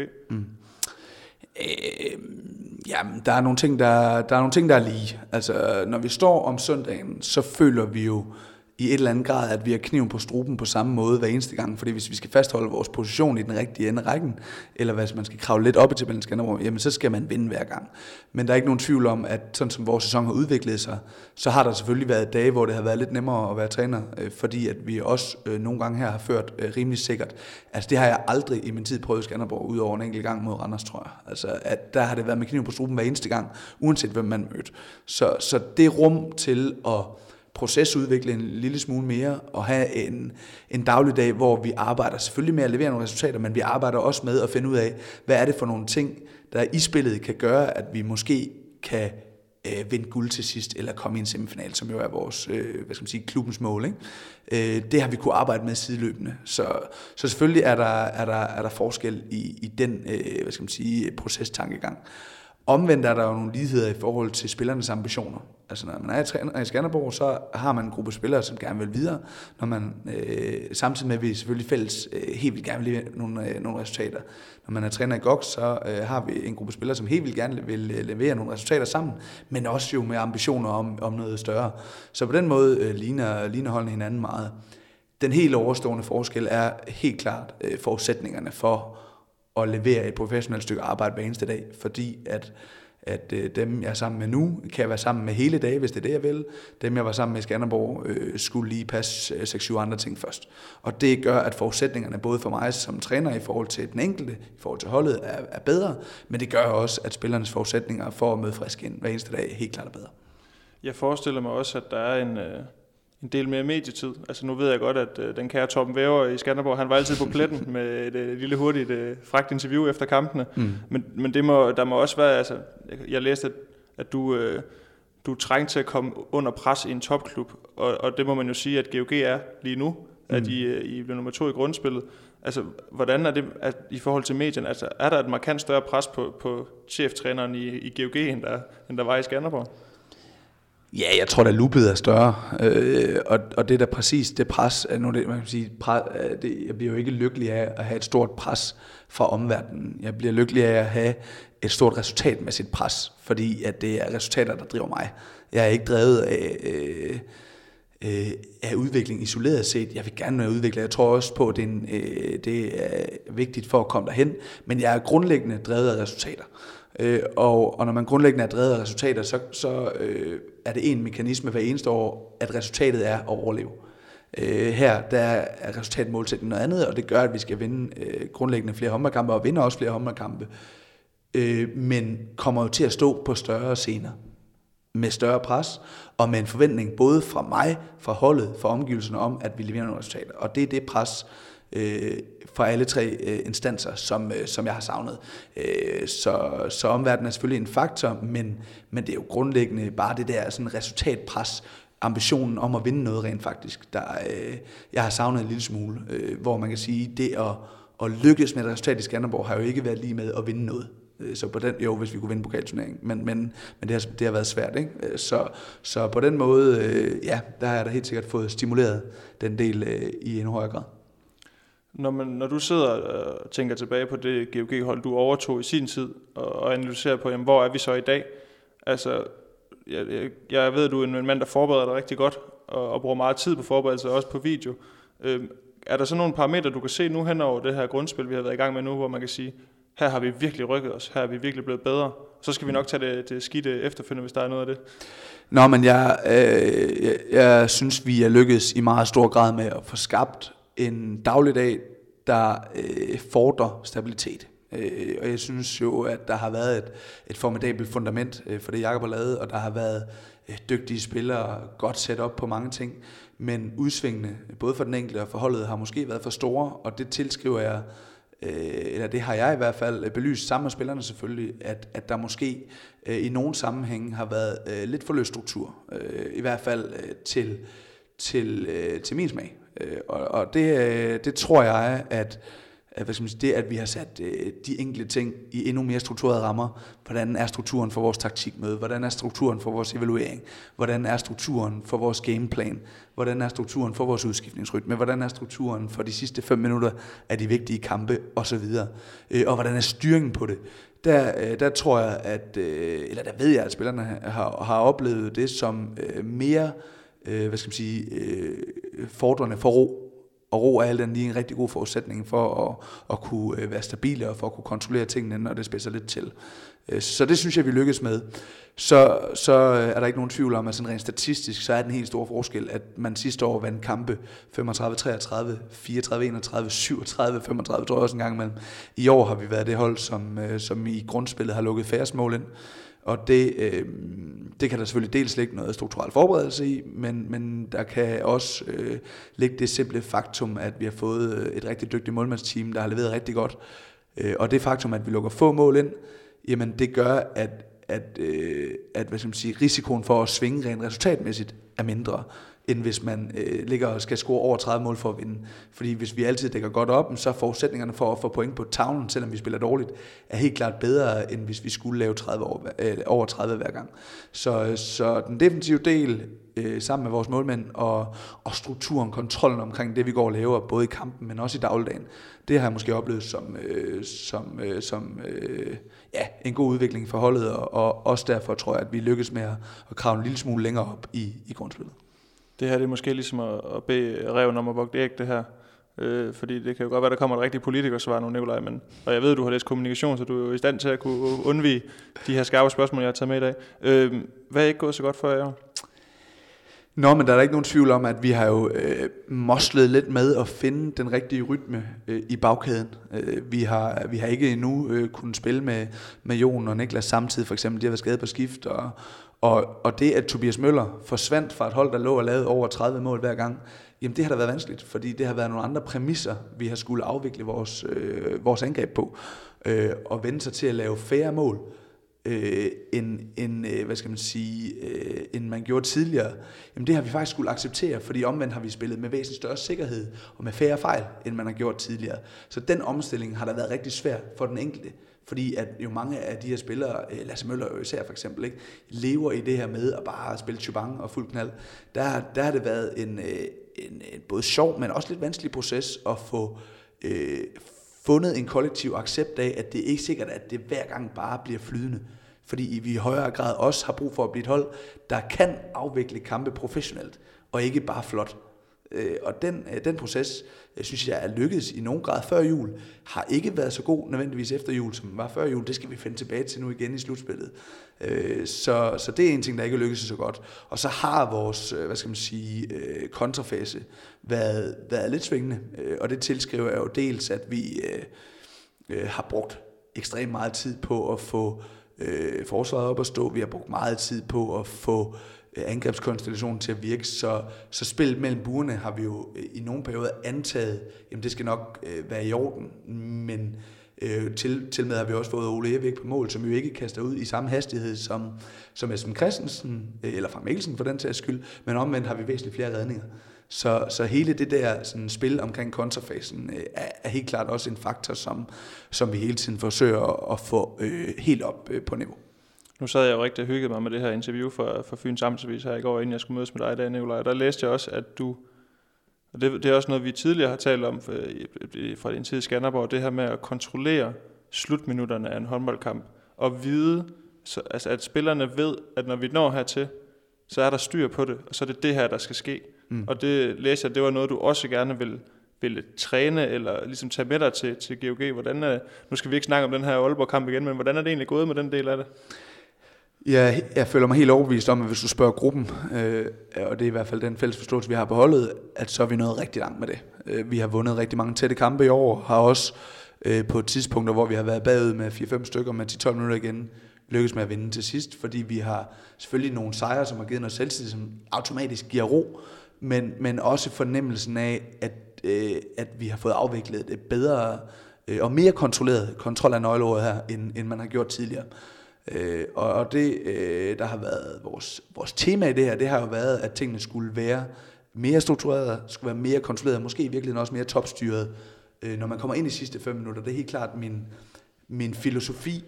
Jamen, der er nogle ting, der er lige. Altså, når vi står om søndagen, så føler vi jo i et eller andet grad, at vi har kniven på struben på samme måde hver eneste gang. Fordi hvis vi skal fastholde vores position i den rigtige ende af rækken, eller hvis man skal kravle lidt op i tabellen Skanderborg, jamen så skal man vinde hver gang. Men der er ikke nogen tvivl om, at sådan som vores sæson har udviklet sig, så har der selvfølgelig været dage, hvor det har været lidt nemmere at være træner, fordi at vi også nogle gange her har ført rimelig sikkert. Altså det har jeg aldrig i min tid prøvet i Skanderborg, udover en enkelt gang mod Randers, tror jeg. Altså at der har det været med kniven på struben hver eneste gang, uanset hvem man mødte. Så det rum til at procesudvikle en lille smule mere og have en dagligdag, hvor vi arbejder selvfølgelig med at levere nogle resultater, men vi arbejder også med at finde ud af, hvad er det for nogle ting, der i spillet kan gøre, at vi måske kan vinde guld til sidst, eller komme i en semifinal, som jo er vores, klubbens mål. Ikke? Det har vi kunne arbejde med sideløbende. Så selvfølgelig er der forskel i den, procestankegang. Omvendt er der jo nogle ligheder i forhold til spillernes ambitioner. Altså når man er træner i Skanderborg, så har man en gruppe spillere, som gerne vil videre. Når man samtidig med, at vi selvfølgelig fælles helt vildt gerne vil levere nogle resultater. Når man er træner i GOG, så har vi en gruppe spillere, som helt vildt gerne vil levere nogle resultater sammen, men også jo med ambitioner om noget større. Så på den måde ligner holdene hinanden meget. Den helt overstående forskel er helt klart forudsætningerne for at levere et professionelt stykke arbejde hver eneste dag, fordi at dem, jeg er sammen med nu, kan jeg være sammen med hele dagen, hvis det er det, jeg vil. Dem, jeg var sammen med i Skanderborg, skulle lige passe 6-7 andre ting først. Og det gør, at forudsætningerne, både for mig som træner i forhold til den enkelte, i forhold til holdet, er bedre, men det gør også, at spillernes forudsætninger for at møde frisk ind hver eneste dag helt klart er bedre. Jeg forestiller mig også, at der er en del mere medietid. Altså nu ved jeg godt, at den kære Torben Væver i Skanderborg, han var altid på pletten med et lille hurtigt fragt interview efter kampene. Men der må også være, altså jeg læste, at du er trængt til at komme under pres i en topklub, og det må man jo sige, at GOG er lige nu, at I bliver nummer 2 i grundspillet. Altså hvordan er det i forhold til medierne? Altså er der et markant større pres på cheftræneren i GOG, end der var i Skanderborg? Ja, jeg tror, at loopet er større, og det er da præcis det pres, nu det, man kan sige, jeg bliver jo ikke lykkelig af at have et stort pres fra omverdenen. Jeg bliver lykkelig af at have et stort resultatmæssigt pres, fordi at det er resultater, der driver mig. Jeg er ikke drevet af udvikling isoleret set. Jeg vil gerne være udvikler. Jeg tror også på, at det er vigtigt for at komme derhen, men jeg er grundlæggende drevet af resultater. Og når man grundlæggende er drevet af resultater, så er det en mekanisme hver eneste år, at resultatet er at overleve. Her der er resultatmålsætningen noget andet, og det gør, at vi skal vinde grundlæggende flere håndboldkampe, og vinder også flere håndboldkampe, men kommer jo til at stå på større scener, med større pres, og med en forventning både fra mig, fra holdet, fra omgivelserne om, at vi leverer nogle resultater. Og det er det pres fra alle tre instanser, som jeg har savnet. Så omverdenen er selvfølgelig en faktor, men det er jo grundlæggende bare det der sådan resultatpres, ambitionen om at vinde noget rent faktisk, der jeg har savnet en lille smule, hvor man kan sige, det at lykkes med et resultat i Skanderborg har jo ikke været lige med at vinde noget. Så på den, jo, hvis vi kunne vinde pokalturneringen, men det har været svært, ikke? Så på den måde, ja, der har jeg da helt sikkert fået stimuleret den del i en højere grad. Når du sidder og tænker tilbage på det GOG-hold, du overtog i sin tid, og analyserer på, jamen, hvor er vi så i dag? Altså, jeg ved, at du er en mand, der forbereder dig rigtig godt, og bruger meget tid på forberedelse, også på video. Er der så nogle parametre, du kan se nu hen over det her grundspil, vi har været i gang med nu, hvor man kan sige, her har vi virkelig rykket os, her er vi virkelig blevet bedre. Så skal vi nok tage det skidte efterfølgende, hvis der er noget af det. Nå, men jeg synes, vi er lykkedes i meget stor grad med at få skabt en dagligdag, der fordrer stabilitet. Og jeg synes jo, at der har været et formidabelt fundament for det, Jakob har lavet, og der har været dygtige spillere, godt sat op på mange ting, men udsvingene, både for den enkelte og for holdet, har måske været for store, og det tilskriver jeg, eller det har jeg i hvert fald belyst sammen med spillerne selvfølgelig, at der måske i nogle sammenhænge har været lidt for løs struktur, i hvert fald til min smag. Og det tror jeg, at hvad skal man sige, det at vi har sat de enkelte ting i endnu mere strukturerede rammer. Hvordan er strukturen for vores taktikmøde? Hvordan er strukturen for vores evaluering? Hvordan er strukturen for vores gameplan? Hvordan er strukturen for vores udskiftningsrytme? Hvordan er strukturen for de sidste 5 minutter af de vigtige kampe osv.? Og hvordan er styringen på det? Der tror jeg, eller der ved jeg, at spillerne har oplevet det som mere, hvad skal man sige, fordrende for ro. Og ro er alt andet lige en rigtig god forudsætning for at kunne være stabile og for at kunne kontrollere tingene, når det spidser lidt til. Så det synes jeg, vi lykkes med. Så er der ikke nogen tvivl om, at sådan rent statistisk, så er den helt store forskel, at man sidste år vandt kampe 35-33, 34-31, 37-35, tror jeg også en gang imellem. I år har vi været det hold, som i grundspillet har lukket færrest mål ind. Og det kan der selvfølgelig dels ligge noget strukturel forberedelse i, men der kan også ligge det simple faktum, at vi har fået et rigtig dygtigt målmandsteam, der har leveret rigtig godt. Og det faktum, at vi lukker få mål ind, jamen det gør, at hvad skal man sige, risikoen for at svinge rent resultatmæssigt er mindre, end hvis man ligger og skal score over 30 mål for at vinde. Fordi hvis vi altid dækker godt op, så er forudsætningerne for at få point på tavlen, selvom vi spiller dårligt, er helt klart bedre, end hvis vi skulle lave over 30 hver gang. Så den defensive del, sammen med vores målmænd, og strukturen, kontrollen omkring det, vi går og laver, både i kampen, men også i dagligdagen, det har jeg måske oplevet som en god udvikling for holdet, og også derfor tror jeg, at vi lykkes med at krave en lille smule længere op i grundspillet. Det her det er måske ligesom at bede ræven om at vogte æg, det her. Fordi det kan jo godt være, der kommer et rigtigt politikersvar nu, Nikolaj. Og jeg ved, du har læst kommunikation, så du er jo i stand til at kunne undvige de her skarpe spørgsmål, jeg har taget med i dag. Hvad er ikke gået så godt for jer? Nå, men der er da ikke nogen tvivl om, at vi har jo moslet lidt med at finde den rigtige rytme i bagkæden. Vi har ikke endnu kunnet spille med Jon og Niklas samtidig, for eksempel. De har været skadet på skift, og det, at Tobias Møller forsvandt fra et hold, der lå og lavede over 30 mål hver gang, jamen det har da været vanskeligt, fordi det har været nogle andre præmisser, vi har skulle afvikle vores angreb på, og vende sig til at lave færre mål, end man gjorde tidligere. Jamen det har vi faktisk skulle acceptere, fordi omvendt har vi spillet med væsentligt større sikkerhed og med færre fejl, end man har gjort tidligere. Så den omstilling har da været rigtig svær for den enkelte, Fordi at jo mange af de her spillere, Lasse Møller jo især for eksempel, ikke, lever i det her med at bare spille chubang og fuld knald. Der har det været en både sjov, men også lidt vanskelig proces at få fundet en kollektiv accept af, at det ikke er sikkert, at det hver gang bare bliver flydende. Fordi vi i højere grad også har brug for at blive et hold, der kan afvikle kampe professionelt, og ikke bare flot. Og den proces, synes jeg, er lykkedes i nogen grad før jul, har ikke været så god nødvendigvis efter jul, som var før jul. Det skal vi finde tilbage til nu igen i slutspillet. Så det er en ting, der ikke er lykkedes så godt. Og så har vores, kontrafase været lidt svingende, og det tilskriver jeg jo dels, at vi har brugt ekstremt meget tid på at få forsvaret op at stå. Vi har brugt meget tid på at få angrebskonstellationen til at virke, så spillet mellem buerne har vi jo i nogle perioder antaget, jamen det skal nok være i orden, men til med har vi også fået Ole Evik på mål, som jo ikke kaster ud i samme hastighed som Esben Christensen, eller Frank Mikkelsen for den sags skyld, men omvendt har vi væsentligt flere redninger. Så hele det der sådan, spil omkring kontrafasen er helt klart også en faktor, som vi hele tiden forsøger at få helt op på niveau. Nu sad jeg jo rigtig og hyggede mig med det her interview for Fyns Amtsavis her i går, inden jeg skulle mødes med dig i dag, Nikolaj. Der læste jeg også, at du, og det er også noget, vi tidligere har talt om fra din tid i Skanderborg, det her med at kontrollere slutminutterne af en håndboldkamp, og vide, altså at spillerne ved, at når vi når hertil, så er der styr på det, og så er det her, der skal ske. Og det læste jeg, det var noget, du også gerne ville træne, eller ligesom tage med dig til GOG. Hvordan nu skal vi ikke snakke om den her Aalborg-kamp igen, men hvordan er det egentlig gået med den del af det? Ja, jeg føler mig helt overbevist om, at hvis du spørger gruppen, og det er i hvert fald den fælles forståelse, vi har på holdet, at så er vi nået rigtig langt med det. Vi har vundet rigtig mange tætte kampe i år, har også på tidspunkter, hvor vi har været bagud med 4-5 stykker med 10-12 minutter igen, lykkes med at vinde til sidst, fordi vi har selvfølgelig nogle sejre, som har givet noget selvtillid, som automatisk giver ro, men også fornemmelsen af, at vi har fået afviklet et bedre og mere kontrolleret kontrol af nøgleordet her, end man har gjort tidligere. Og det, der har været vores tema i det her, det har jo været, at tingene skulle være mere struktureret, skulle være mere kontrolleret, måske i virkeligheden også mere topstyret, når man kommer ind i sidste 5 minutter. Det er helt klart min filosofi,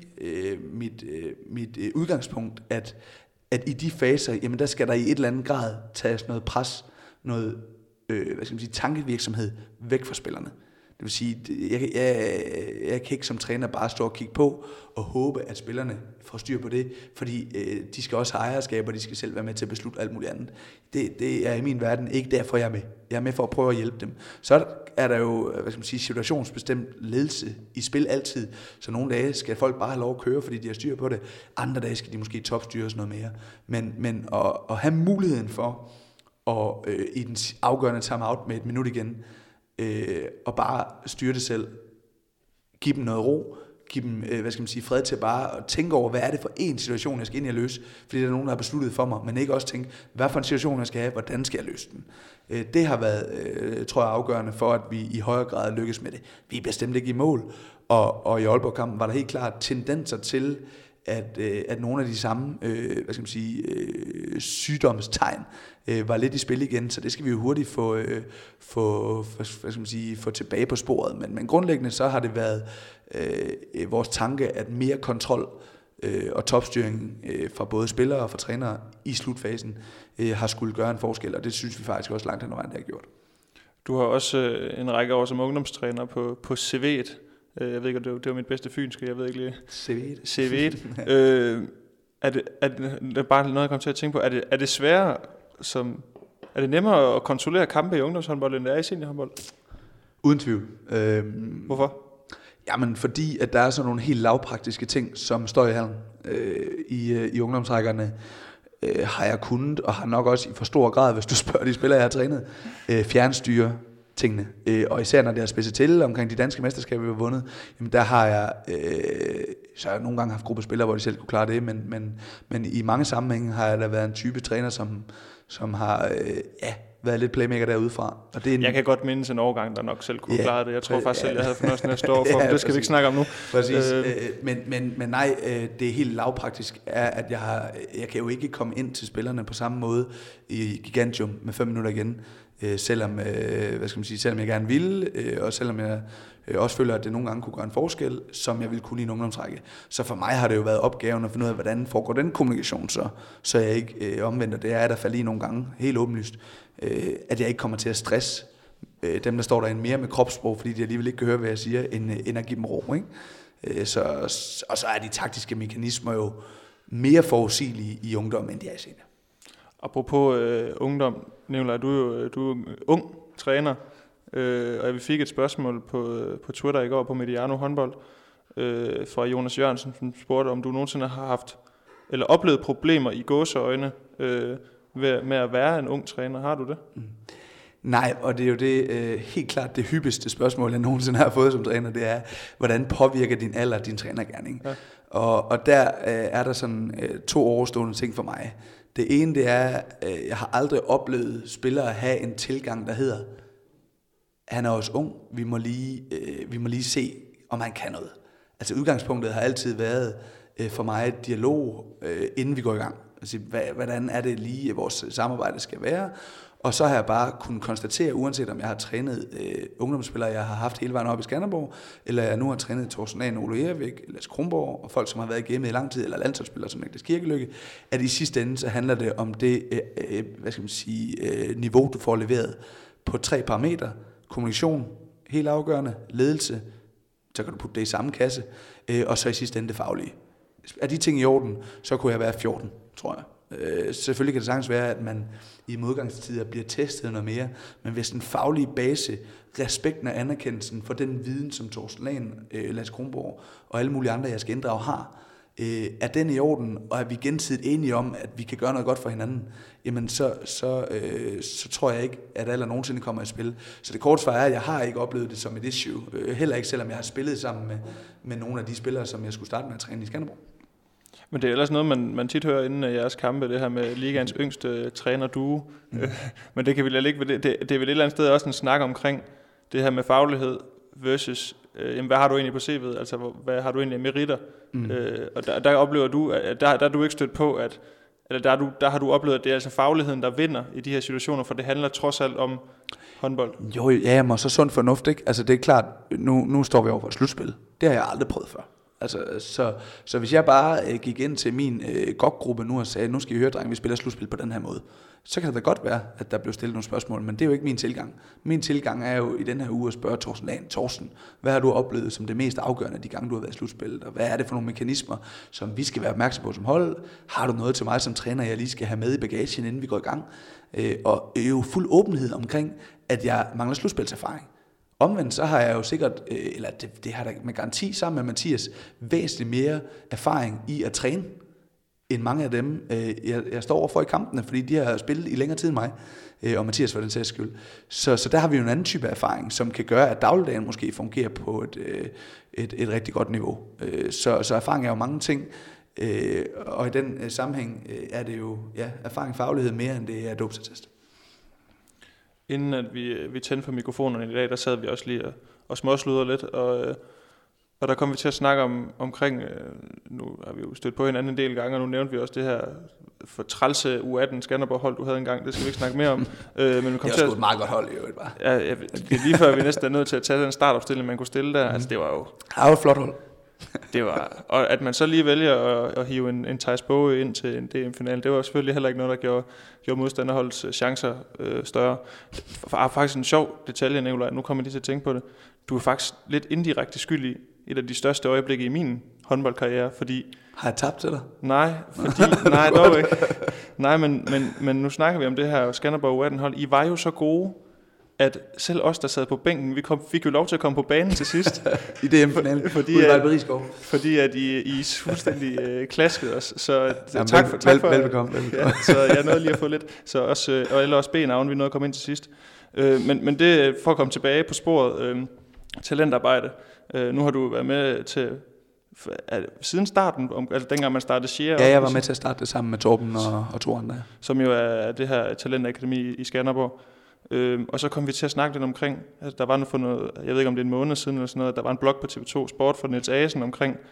mit udgangspunkt, at i de faser, jamen der skal der i et eller andet grad tages noget pres, noget tankevirksomhed væk fra spillerne. Det vil sige, jeg kan ikke som træner bare stå og kigge på og håbe, at spillerne får styr på det, fordi de skal også have ejerskab, og de skal selv være med til at beslutte alt muligt andet. Det er i min verden ikke derfor, jeg er med. Jeg er med for at prøve at hjælpe dem. Så er der jo situationsbestemt ledelse i spil altid, så nogle dage skal folk bare have lov at køre, fordi de har styr på det. Andre dage skal de måske topstyres noget mere. Men at have muligheden for at i den afgørende timeout med 1 minut igen, og bare styre det selv, give dem noget ro, give dem fred til bare at tænke over, hvad er det for en situation, jeg skal ind i at løse, fordi der er nogen, der har besluttet for mig, men ikke også tænke, hvad for en situation jeg skal have, hvordan skal jeg løse den. Det har været, tror jeg, afgørende for, at vi i højere grad lykkes med det. Vi er bestemt ikke i mål, og i Aalborg-kampen var der helt klart tendenser til, at nogle af de samme sygdomstegn var lidt i spil igen, så det skal vi jo hurtigt få tilbage på sporet. Men grundlæggende så har det været vores tanke, at mere kontrol og topstyring fra både spillere og fra trænere i slutfasen har skulle gøre en forskel, og det synes vi faktisk også langt hen ad vejen, det har gjort. Du har også en række år som ungdomstræner på CV'et. Jeg ved ikke, det var mit bedste fynske, jeg ved ikke lige. CV'et. Er det bare noget, jeg kom til at tænke på. Er det sværere, er det nemmere at kontrollere kampe i ungdomshåndbold, end det er i seniorhåndbold? Uden tvivl. Hvorfor? Jamen, fordi at der er sådan nogle helt lavpraktiske ting, som står i hallen. I ungdomsrækkerne har jeg kunnet, og har nok også i for stor grad, hvis du spørger de spillere, jeg har trænet, fjernstyre tingene. Og især når det har spidset til omkring de danske mesterskaber, vi har vundet, jamen der har jeg så har jeg nogle gange haft gruppe spillere, hvor de selv kunne klare det, men i mange sammenhænge har jeg da været en type træner, som har været lidt playmaker derudefra. Og det er jeg kan godt mindes en overgang, der nok selv kunne klare det. Jeg tror faktisk selv, jeg havde fornøjelsen næste år for dem. Det skal vi ikke snakke om nu. Præcis. Men nej, det er helt lavpraktisk, er, at jeg kan jo ikke komme ind til spillerne på samme måde i Gigantium med 5 minutter igen. selvom jeg gerne ville, og selvom jeg også føler, at det nogle gange kunne gøre en forskel, som jeg ville kunne i en ungdomsrække. Så for mig har det jo været opgaven at finde ud af, hvordan foregår den kommunikation, så jeg ikke omvendt, og det er, at der falder i nogle gange, helt åbenlyst, at jeg ikke kommer til at stresse dem, der står derinde mere med kropssprog, fordi de alligevel ikke kan høre, hvad jeg siger, end at give dem ro, ikke? Og så er de taktiske mekanismer jo mere forudsigelige i ungdom, end de er i senior. Apropos ungdom, Nicolaj, du er ung træner, og vi fik et spørgsmål på Twitter i går på Mediano håndbold fra Jonas Jørgensen, som spurgte, om du nogensinde har haft eller oplevet problemer i gåseøjne med at være en ung træner. Har du det? Nej, og det er jo det helt klart det hyppigste spørgsmål, jeg nogensinde har fået som træner, det er, hvordan påvirker din alder din trænergerning? Ja. Og der er der sådan 2 overstående ting for mig. Det ene, det er, jeg har aldrig oplevet spillere have en tilgang, der hedder, han er også ung, vi må lige se, om han kan noget. Altså udgangspunktet har altid været for mig et dialog, inden vi går i gang. Altså, hvordan er det lige, vores samarbejde skal være? Og så har jeg bare kunnet konstatere, uanset om jeg har trænet ungdomsspillere, jeg har haft hele vejen op i Skanderborg, eller jeg nu har trænet Torsten Ahn, Ole Ervik, Lasse Kronborg, og folk, som har været i gamet i lang tid, eller landsholdsspillere som Niklas Kirkelykke, at i sidste ende, så handler det om det niveau, du får leveret på 3 parametre. Kommunikation, helt afgørende, ledelse, så kan du putte det i samme kasse, og så i sidste ende det faglige. Er de ting i orden, så kunne jeg være 14, tror jeg. Selvfølgelig kan det sagtens være, at man i modgangstider bliver testet noget mere, men hvis den faglige base, respekten og anerkendelsen for den viden, som Torsten Lahn, Lasse Kronborg og alle mulige andre, jeg skal inddrage, har, er den i orden, og er vi gensidigt enige om, at vi kan gøre noget godt for hinanden, jamen så tror jeg ikke, at alder nogensinde kommer i spil. Så det korte svar er, at jeg har ikke oplevet det som et issue. Heller ikke, selvom jeg har spillet sammen med nogle af de spillere, som jeg skulle starte med at træne i Skanderborg. Men det er ellers noget, man tit hører inden af jeres kampe, det her med ligaens yngste træner-duo. Men det kan vi lade ligge ved. Det er vel et eller andet sted også en snak omkring det her med faglighed versus, hvad har du egentlig på CV'et? Altså, hvad har du egentlig af meritter? Og der oplever du, at der er du ikke stødt på, eller der har du oplevet, at det er altså fagligheden, der vinder i de her situationer, for det handler trods alt om håndbold. Jo, ja, men så sund fornuft, ikke? Altså, det er klart, nu står vi over for et slutspil. Det har jeg aldrig prøvet før. Altså, så hvis jeg bare gik ind til min GOG-gruppe nu og sagde, nu skal I høre, drenge, vi spiller slutspil på den her måde, så kan det da godt være, at der blev stillet nogle spørgsmål, men det er jo ikke min tilgang. Min tilgang er jo i den her uge at spørge Torsten Lahn, hvad har du oplevet som det mest afgørende de gange, du har været i slutspillet, og hvad er det for nogle mekanismer, som vi skal være opmærksom på som hold? Har du noget til mig som træner, jeg lige skal have med i bagagen, inden vi går i gang? Og jo fuld åbenhed omkring, at jeg mangler slutspilserfaring. Omvendt så har jeg jo sikkert, eller det har der med garanti sammen med Mathias, væsentligt mere erfaring i at træne, end mange af dem, jeg står overfor i kampene, fordi de har spillet i længere tid end mig, og Mathias for den sags skyld. Så der har vi jo en anden type erfaring, som kan gøre, at dagligdagen måske fungerer på et rigtig godt niveau. Så erfaring er jo mange ting, og i den sammenhæng er det jo erfaring og faglighed mere, end det er dåbsattest. Inden at vi tændte for mikrofonerne i dag, der sad vi også lige og småsludrede lidt, og der kom vi til at snakke omkring, nu har vi jo stødt på hinanden en del gange, og nu nævnte vi også det her for trælse U18 Skanderborg hold, du havde engang, det skal vi ikke snakke mere om. Men vi kom det var sgu et meget godt hold i øvrigt, bare. Ja, lige før vi næsten er nødt til at tage den startopstilling, man kunne stille der, altså det var jo... Det var et flot hold. Det var, og at man så lige vælger at hive en Theis Boge ind til en DM-finale, det var selvfølgelig heller ikke noget, der gjorde modstanderholdets chancer større. Faktisk en sjov detalje, Nicolaj, nu kommer jeg lige til at tænke på det. Du er faktisk lidt indirekte skyld i et af de største øjeblikke i min håndboldkarriere, fordi... Har jeg tabt til dig? Nej, nej, dog ikke. Nej, men nu snakker vi om det her Skanderborg U18-hold. I var jo så gode, at selv os, der sad på bænken, fik jo lov til at komme på banen til sidst. I DM-finalen, fordi at I fuldstændig klaskede os. Så jamen, tak for velbekomme. Ja, så jeg nåede lige at få lidt. Så også, og ellers B-navn, vi nåede at komme ind til sidst. Men det, for at komme tilbage på sporet, talentarbejde. Nu har du været med til, siden starten, altså dengang man startede Share. Ja, jeg var med til at starte det sammen med Torben og to andre. Som jo er det her talentakademi i Skanderborg. Og så kom vi til at snakke lidt omkring, altså der var for noget, jeg ved ikke om det er en måned siden eller sådan noget, der var en blog på TV2 Sport for Niels Asen omkring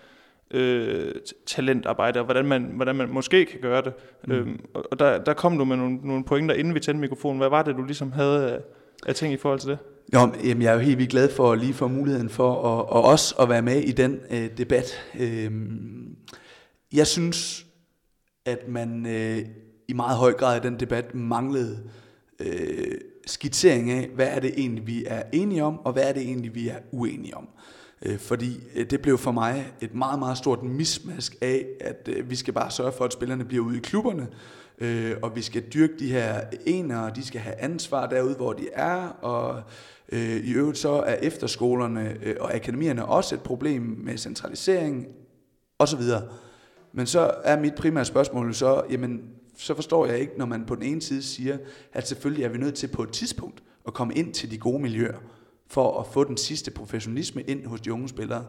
talentarbejde, og hvordan man måske kan gøre det. Og der kom du med nogle pointer, inden vi tændte mikrofonen. Hvad var det, du ligesom havde af ting i forhold til det? Jo, jamen, jeg er jo helt vildt glad for at lige få muligheden for og også at være med i den debat. Jeg synes, at man i meget høj grad i den debat manglede skitsering af, hvad er det egentlig, vi er enige om, og hvad er det egentlig, vi er uenige om. Fordi det blev for mig et meget, meget stort mismask af, at vi skal bare sørge for, at spillerne bliver ude i klubberne, og vi skal dyrke de her enere, de skal have ansvar derude, hvor de er, og i øvrigt så er efterskolerne og akademierne også et problem med centralisering osv. Men så er mit primære spørgsmål så, jamen, så forstår jeg ikke, når man på den ene side siger, at selvfølgelig er vi nødt til på et tidspunkt at komme ind til de gode miljøer, for at få den sidste professionalisme ind hos de unge spillere.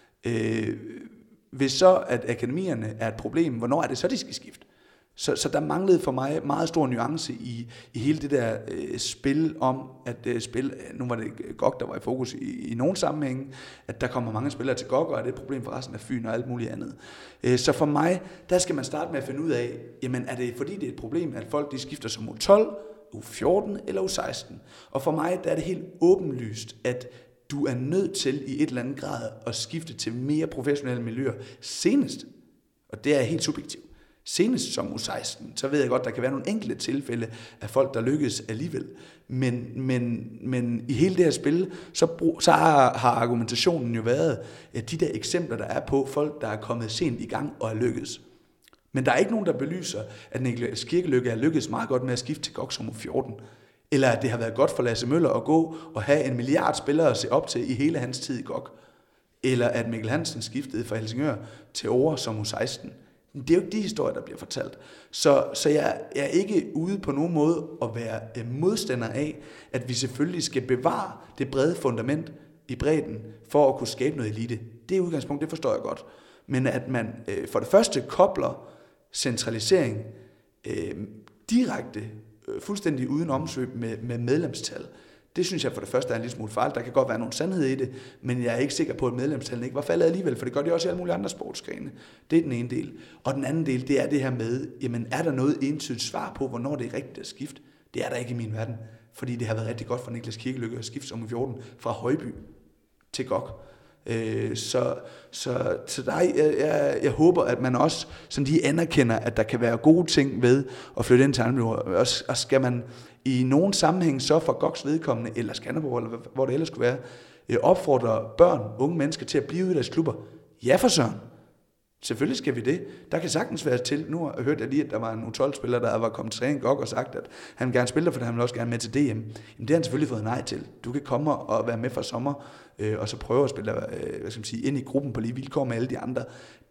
Hvis så, at akademierne er et problem, hvornår er det så, de skal skifte? Så der manglede for mig meget stor nuance i hele det der spil om, at nu var det GOG, der var i fokus i nogle sammenhænge, at der kommer mange spillere til GOG, og er det et problem for resten af Fyn og alt muligt andet. Så for mig, der skal man starte med at finde ud af, jamen er det fordi det er et problem, at folk de skifter som U12, U14 eller U16? Og for mig, der er det helt åbenlyst, at du er nødt til i et eller andet grad at skifte til mere professionelle miljøer senest. Og det er helt subjektivt. Senest som U16, så ved jeg godt, der kan være nogle enkelte tilfælde af folk, der lykkes alligevel. Men i hele det her spil, så har argumentationen jo været de der eksempler, der er på folk, der er kommet sent i gang og er lykkes. Men der er ikke nogen, der belyser, at Niklas Kirkelykke er lykkedes meget godt med at skifte til GOG som U14. Eller at det har været godt for Lasse Møller at gå og have 1 milliard spillere at se op til i hele hans tid i GOG. Eller at Mikkel Hansen skiftede fra Helsingør til Åre som U16. Det er jo ikke de historier, der bliver fortalt. Så jeg er ikke ude på nogen måde at være modstander af, at vi selvfølgelig skal bevare det brede fundament i bredden for at kunne skabe noget elite. Det er udgangspunkt, det forstår jeg godt. Men at man for det første kobler centralisering direkte, fuldstændig uden omsvøb med medlemstal, det synes jeg for det første er en lille smule fejl. Der kan godt være nogle sandhed i det, men jeg er ikke sikker på, at medlemstallene ikke var faldet alligevel, for det gør de også i alle mulige andre sportsgrene. Det er den ene del. Og den anden del, det er det her med, jamen er der noget entydigt svar på, hvornår det er rigtigt at skifte? Det er der ikke i min verden, fordi det har været rigtig godt for Niklas Kirkelykke at skifte som 14 fra Højby til GOG. Så jeg håber, at man også sådan lige anerkender, at der kan være gode ting ved at flytte ind til Skanderborg. Og skal man i nogen sammenhæng så for GOGs vedkommende, eller Skanderborg, eller hvor det ellers skulle være, opfordre børn, unge mennesker til at blive ude i deres klubber? Ja, for søren. Selvfølgelig skal vi det. Der kan sagtens være til. Nu har jeg hørt lige, at der var en U12-spiller, der var kommet til træning GOG og sagt, at han vil gerne spille der, for han vil også gerne med til DM. Jamen, det har han selvfølgelig fået nej til. Du kan komme og være med for sommer, og så prøve at spille ind i gruppen på lige vilkår med alle de andre.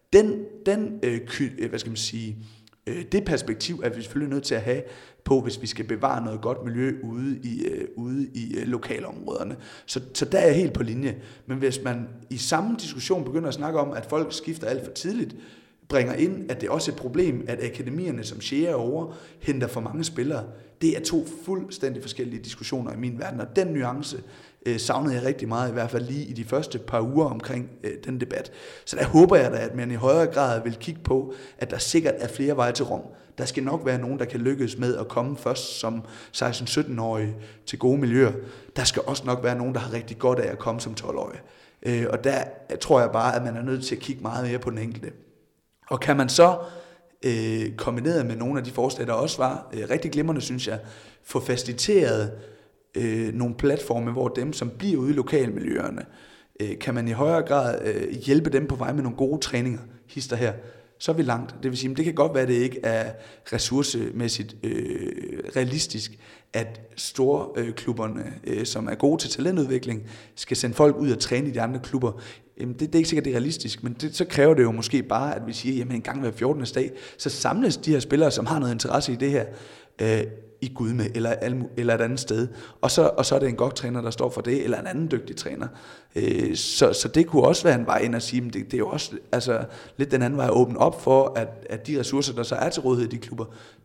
Det perspektiv er vi selvfølgelig nødt til at have på, hvis vi skal bevare noget godt miljø ude i lokalområderne. Så der er jeg helt på linje. Men hvis man i samme diskussion begynder at snakke om, at folk skifter alt for tidligt, bringer ind, at det er også et problem, at akademierne som Shea over henter for mange spillere, det er 2 fuldstændig forskellige diskussioner i min verden, og den nuance savnede jeg rigtig meget, i hvert fald lige i de første par uger omkring den debat. Så der håber jeg da, at man i højere grad vil kigge på, at der sikkert er flere veje til Rom. Der skal nok være nogen, der kan lykkes med at komme først som 16-17-årige til gode miljøer. Der skal også nok være nogen, der har rigtig godt af at komme som 12-årige. Og der tror jeg bare, at man er nødt til at kigge meget mere på den enkelte. Og kan man så kombineret med nogle af de forslag, der også var rigtig glimrende, synes jeg, få faciliteret nogle platforme, hvor dem, som bliver ude i lokalmiljøerne, kan man i højere grad hjælpe dem på vej med nogle gode træninger, hister her, så er vi langt. Det vil sige, det kan godt være, at det ikke er ressourcemæssigt realistisk, at store klubberne, som er gode til talentudvikling, skal sende folk ud og træne i de andre klubber. Det er ikke sikkert, det er realistisk, men så kræver det jo måske bare, at vi siger, jamen en gang hver 14. dag, så samles de her spillere, som har noget interesse i det her, i Gudme eller et andet sted. Og så er det en GOG-træner, der står for det, eller en anden dygtig træner. Så det kunne også være en vej ind at sige, men det er jo også lidt den anden vej at åbne op for, at de ressourcer, der så er til rådighed i de klubber,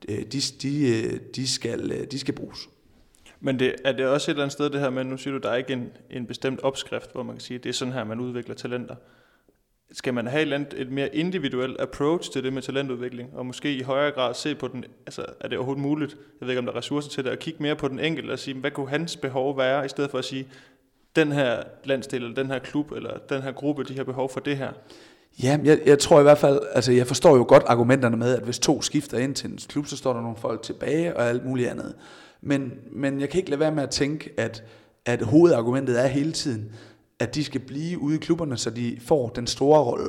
de skal bruges. Men er det også et eller andet sted det her med, nu siger du, der er ikke en bestemt opskrift, hvor man kan sige, det er sådan her, man udvikler talenter? skal man have et mere individuelt approach til det med talentudvikling, og måske i højere grad se på den, altså er det overhovedet muligt, jeg ved ikke om der er ressourcer til det, at kigge mere på den enkelte og sige, hvad kunne hans behov være, i stedet for at sige, den her landsdel, eller den her klub, eller den her gruppe, de har behov for det her. Ja, jeg tror i hvert fald, altså jeg forstår jo godt argumenterne med, at hvis 2 skifter ind til en klub, så står der nogle folk tilbage og alt muligt andet. Men jeg kan ikke lade være med at tænke, at hovedargumentet er hele tiden, at de skal blive ude i klubberne, så de får den store rolle.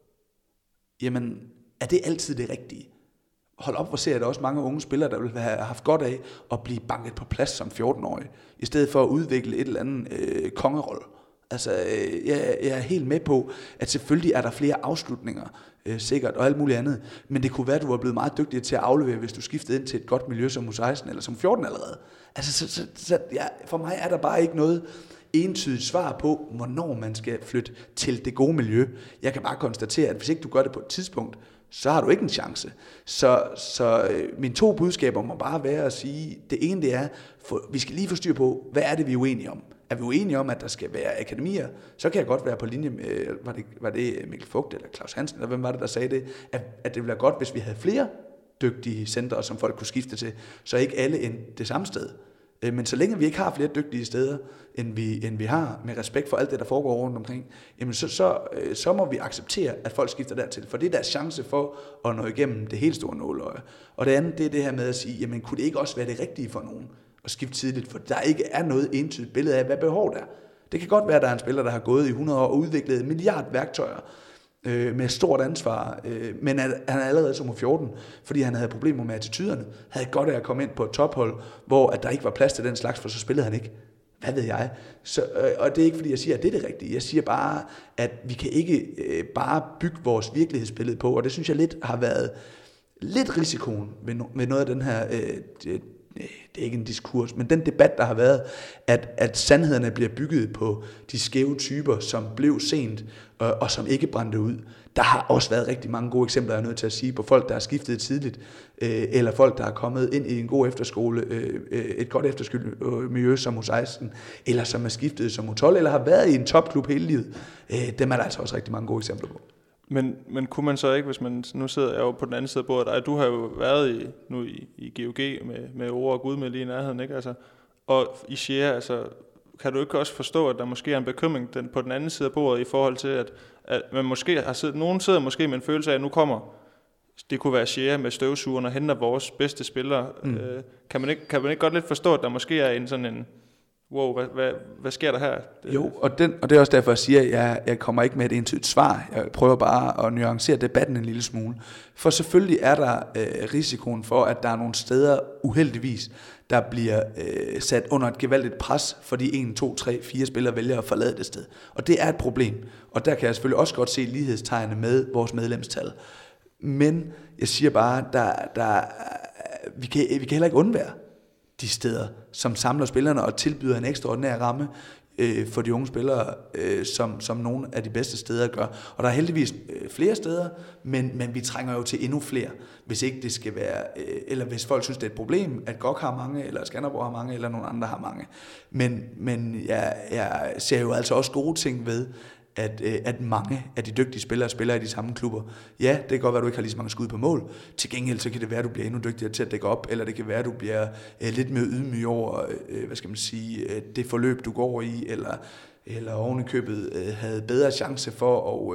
Jamen, er det altid det rigtige? Hold op, hvor ser jeg der også mange unge spillere, der vil have haft godt af at blive banket på plads som 14-årig, i stedet for at udvikle et eller andet kongerolle. Altså, jeg er helt med på, at selvfølgelig er der flere afslutninger, sikkert, og alt muligt andet, men det kunne være, at du var blevet meget dygtig til at aflevere, hvis du skiftede ind til et godt miljø som U16 eller som 14 allerede. Altså, for mig er der bare ikke noget entydigt svar på, hvornår man skal flytte til det gode miljø. Jeg kan bare konstatere, at hvis ikke du gør det på et tidspunkt, så har du ikke en chance. Så mine 2 budskaber må bare være at sige, det ene det er, vi skal lige få styr på, hvad er det, vi er uenige om? Er vi uenige om, at der skal være akademier, så kan jeg godt være på linje med, var det Mikkel Fugt eller Claus Hansen, eller hvem var det, der sagde det, at det ville være godt, hvis vi havde flere dygtige centre, som folk kunne skifte til, så ikke alle endte det samme sted. Men så længe vi ikke har flere dygtige steder, end vi har, med respekt for alt det, der foregår rundt omkring, jamen så må vi acceptere, at folk skifter dertil, for det er deres chance for at nå igennem det helt store nåløje. Og det andet, det er det her med at sige, jamen kunne det ikke også være det rigtige for nogen at skifte tidligt, for der ikke er noget entydigt billede af, hvad behov der er. Det kan godt være, at der er en spiller, der har gået i 100 år og udviklet et milliard værktøjer, med stort ansvar, men han er allerede som 14, fordi han havde problemer med attityderne, havde godt af at komme ind på et tophold, hvor at der ikke var plads til den slags, for så spillede han ikke. Hvad ved jeg? Og det er ikke fordi jeg siger, at det er det rigtige. Jeg siger bare, at vi kan ikke bare bygge vores virkelighedsbillede på, og det synes jeg lidt har været lidt risikoen ved noget af den her det er ikke en diskurs, men den debat, der har været, at sandhederne bliver bygget på de skæve typer, som blev sent, og som ikke brændte ud. Der har også været rigtig mange gode eksempler, jeg er nødt til at sige, på folk, der har skiftet tidligt, eller folk, der er kommet ind i en god efterskole, et godt efterskole-miljø som U16, eller som er skiftet som U12, eller har været i en topklub hele livet. Dem er der altså også rigtig mange gode eksempler på. Men kunne man så ikke, hvis man nu sidder jeg jo på den anden side af bordet, du har jo været i GOG med ord og Gud med lige i nærheden, ikke? Altså, og i Shea, altså, kan du ikke også forstå, at der måske er en bekymring på den anden side af bordet i forhold til, at man måske har siddet, nogen sidder måske med en følelse af, at nu kommer, det kunne være Shea med støvsugeren og henter vores bedste spillere. Kan man ikke godt lidt forstå, at der måske er en sådan en, wow, hvad sker der her? Jo, og det er også derfor, jeg siger, at jeg kommer ikke med et entydigt svar. Jeg prøver bare at nuancere debatten en lille smule. For selvfølgelig er der risikoen for, at der er nogle steder uheldigvis, der bliver sat under et gevaldigt pres, fordi 1, 2, 3, 4 spillere vælger at forlade det sted. Og det er et problem. Og der kan jeg selvfølgelig også godt se lighedstegnene med vores medlemstal. Men jeg siger bare, vi kan heller ikke undvære de steder, som samler spillerne og tilbyder en ekstraordinær ramme for de unge spillere, som nogle af de bedste steder gør. Og der er heldigvis flere steder, men vi trænger jo til endnu flere, hvis ikke det skal være, eller hvis folk synes, det er et problem, at GOG har mange, eller Skanderborg har mange, eller nogle andre har mange. Men jeg ser jo altså også gode ting ved, at mange af de dygtige spillere spiller i de samme klubber. Ja, det kan godt være, at du ikke har lige så mange skud på mål. Til gengæld så kan det være, at du bliver endnu dygtigere til at dække op, eller det kan være, at du bliver lidt mere ydmyg over, det forløb, du går i, eller ovenikøbet havde bedre chance for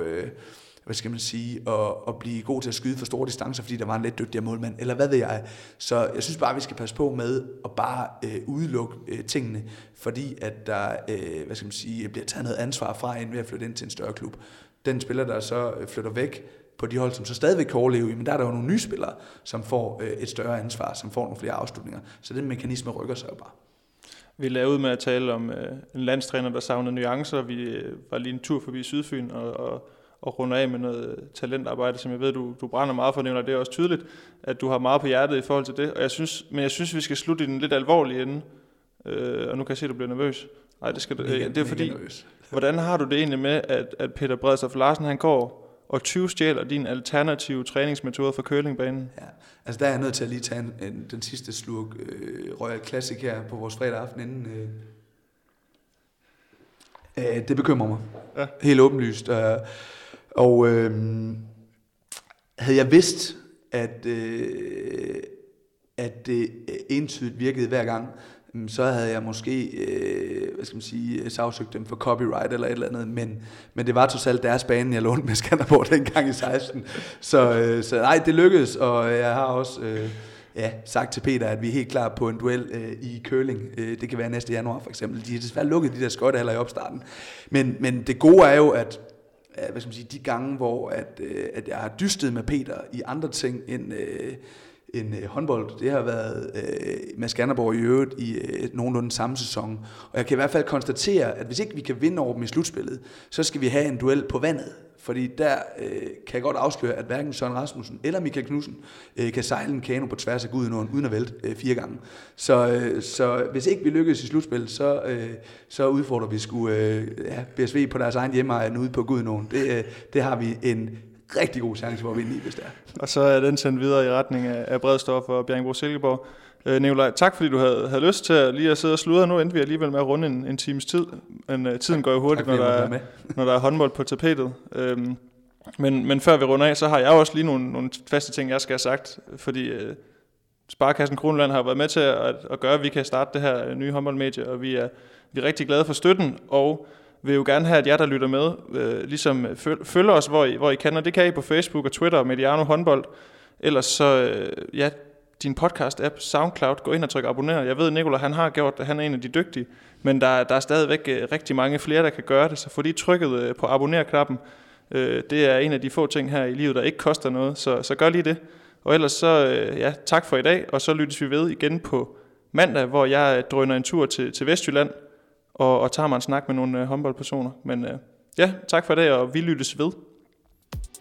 at blive god til at skyde for store distancer, fordi der var en lidt dygtigere målmand, eller hvad ved jeg. Så jeg synes bare, vi skal passe på med at bare udelukke tingene, fordi at der bliver taget noget ansvar fra en ved at flytte ind til en større klub. Den spiller, der så flytter væk på de hold, som så stadigvæk kan overleve i, men der er der jo nogle nye spillere, som får et større ansvar, som får nogle flere afslutninger. Så den mekanisme rykker sig jo bare. Vi lavede ud med at tale om en landstræner, der savnede nuancer. Vi var lige en tur forbi Sydfyn og runder af med noget talentarbejde, som jeg ved, du brænder meget for, og det er også tydeligt, at du har meget på hjertet i forhold til det. Og jeg synes, vi skal slutte i den lidt alvorlige ende. Og nu kan jeg se, at du bliver nervøs. Nej, det skal du. Det er fordi, hvordan har du det egentlig med, at Peter Bredstof Larsen, han går og 20 stjæler din alternative træningsmetode for curlingbanen? Ja, altså der er jeg nødt til at lige tage den sidste slurk Royal Classic her på vores fredag aften inden. Det bekymrer mig. Ja. Helt åbenlyst. Og havde jeg vidst, at det entydigt virkede hver gang, så havde jeg måske, sagsøgt dem for copyright eller et eller andet, men det var trods alt deres bane, jeg lånte med Skanderborg dengang i 16. Så nej, det lykkedes, og jeg har også sagt til Peter, at vi er helt klar på en duel i curling. Det kan være næste januar for eksempel. De har desværre lukket de der skøjtehaller i opstarten. Men det gode er jo, at de gange, hvor at jeg har dystet med Peter i andre ting end håndbold, det har været med Skanderborg i øvrigt i nogenlunde samme sæson. Og jeg kan i hvert fald konstatere, at hvis ikke vi kan vinde over dem i slutspillet, så skal vi have en duel på vandet. Fordi der kan jeg godt afsløre, at hverken Søren Rasmussen eller Michael Knudsen kan sejle en kano på tværs af Gudenåen uden at vælte 4 gange. Så hvis ikke vi lykkes i slutspillet, så udfordrer vi sgu BSV på deres egen hjemmeegn ude på Gudenåen. Det har vi en rigtig god chance for at vinde i, hvis det er. Og så er den sendt videre i retning af Bredstorff og Bjerringbro-Silkeborg. Nikolaj, tak fordi du havde lyst til lige at sidde og sludre. Nu endte vi alligevel med at runde en times tid. Men tiden går jo hurtigt, når der er håndbold på tapetet. Men før vi runder af, så har jeg også lige nogle faste ting, jeg skal have sagt. Fordi Sparekassen Kroneland har været med til at gøre, at vi kan starte det her nye håndboldmedie. Og vi er rigtig glade for støtten, og vil jo gerne have, at jer, der lytter med, ligesom følger os, hvor I kan. Og det kan I på Facebook og Twitter, Mediano Håndbold. Ellers så, din podcast-app SoundCloud, gå ind og tryk abonner. Jeg ved, Nikolaj, han har gjort det, han er en af de dygtige, men der er stadigvæk rigtig mange flere, der kan gøre det, så få lige trykket på abonner-knappen. Det er en af de få ting her i livet, der ikke koster noget, så gør lige det. Og ellers så, tak for i dag, og så lyttes vi ved igen på mandag, hvor jeg drøner en tur til Vestjylland og tager mig en snak med nogle håndboldpersoner. Men tak for i dag, og vi lyttes ved.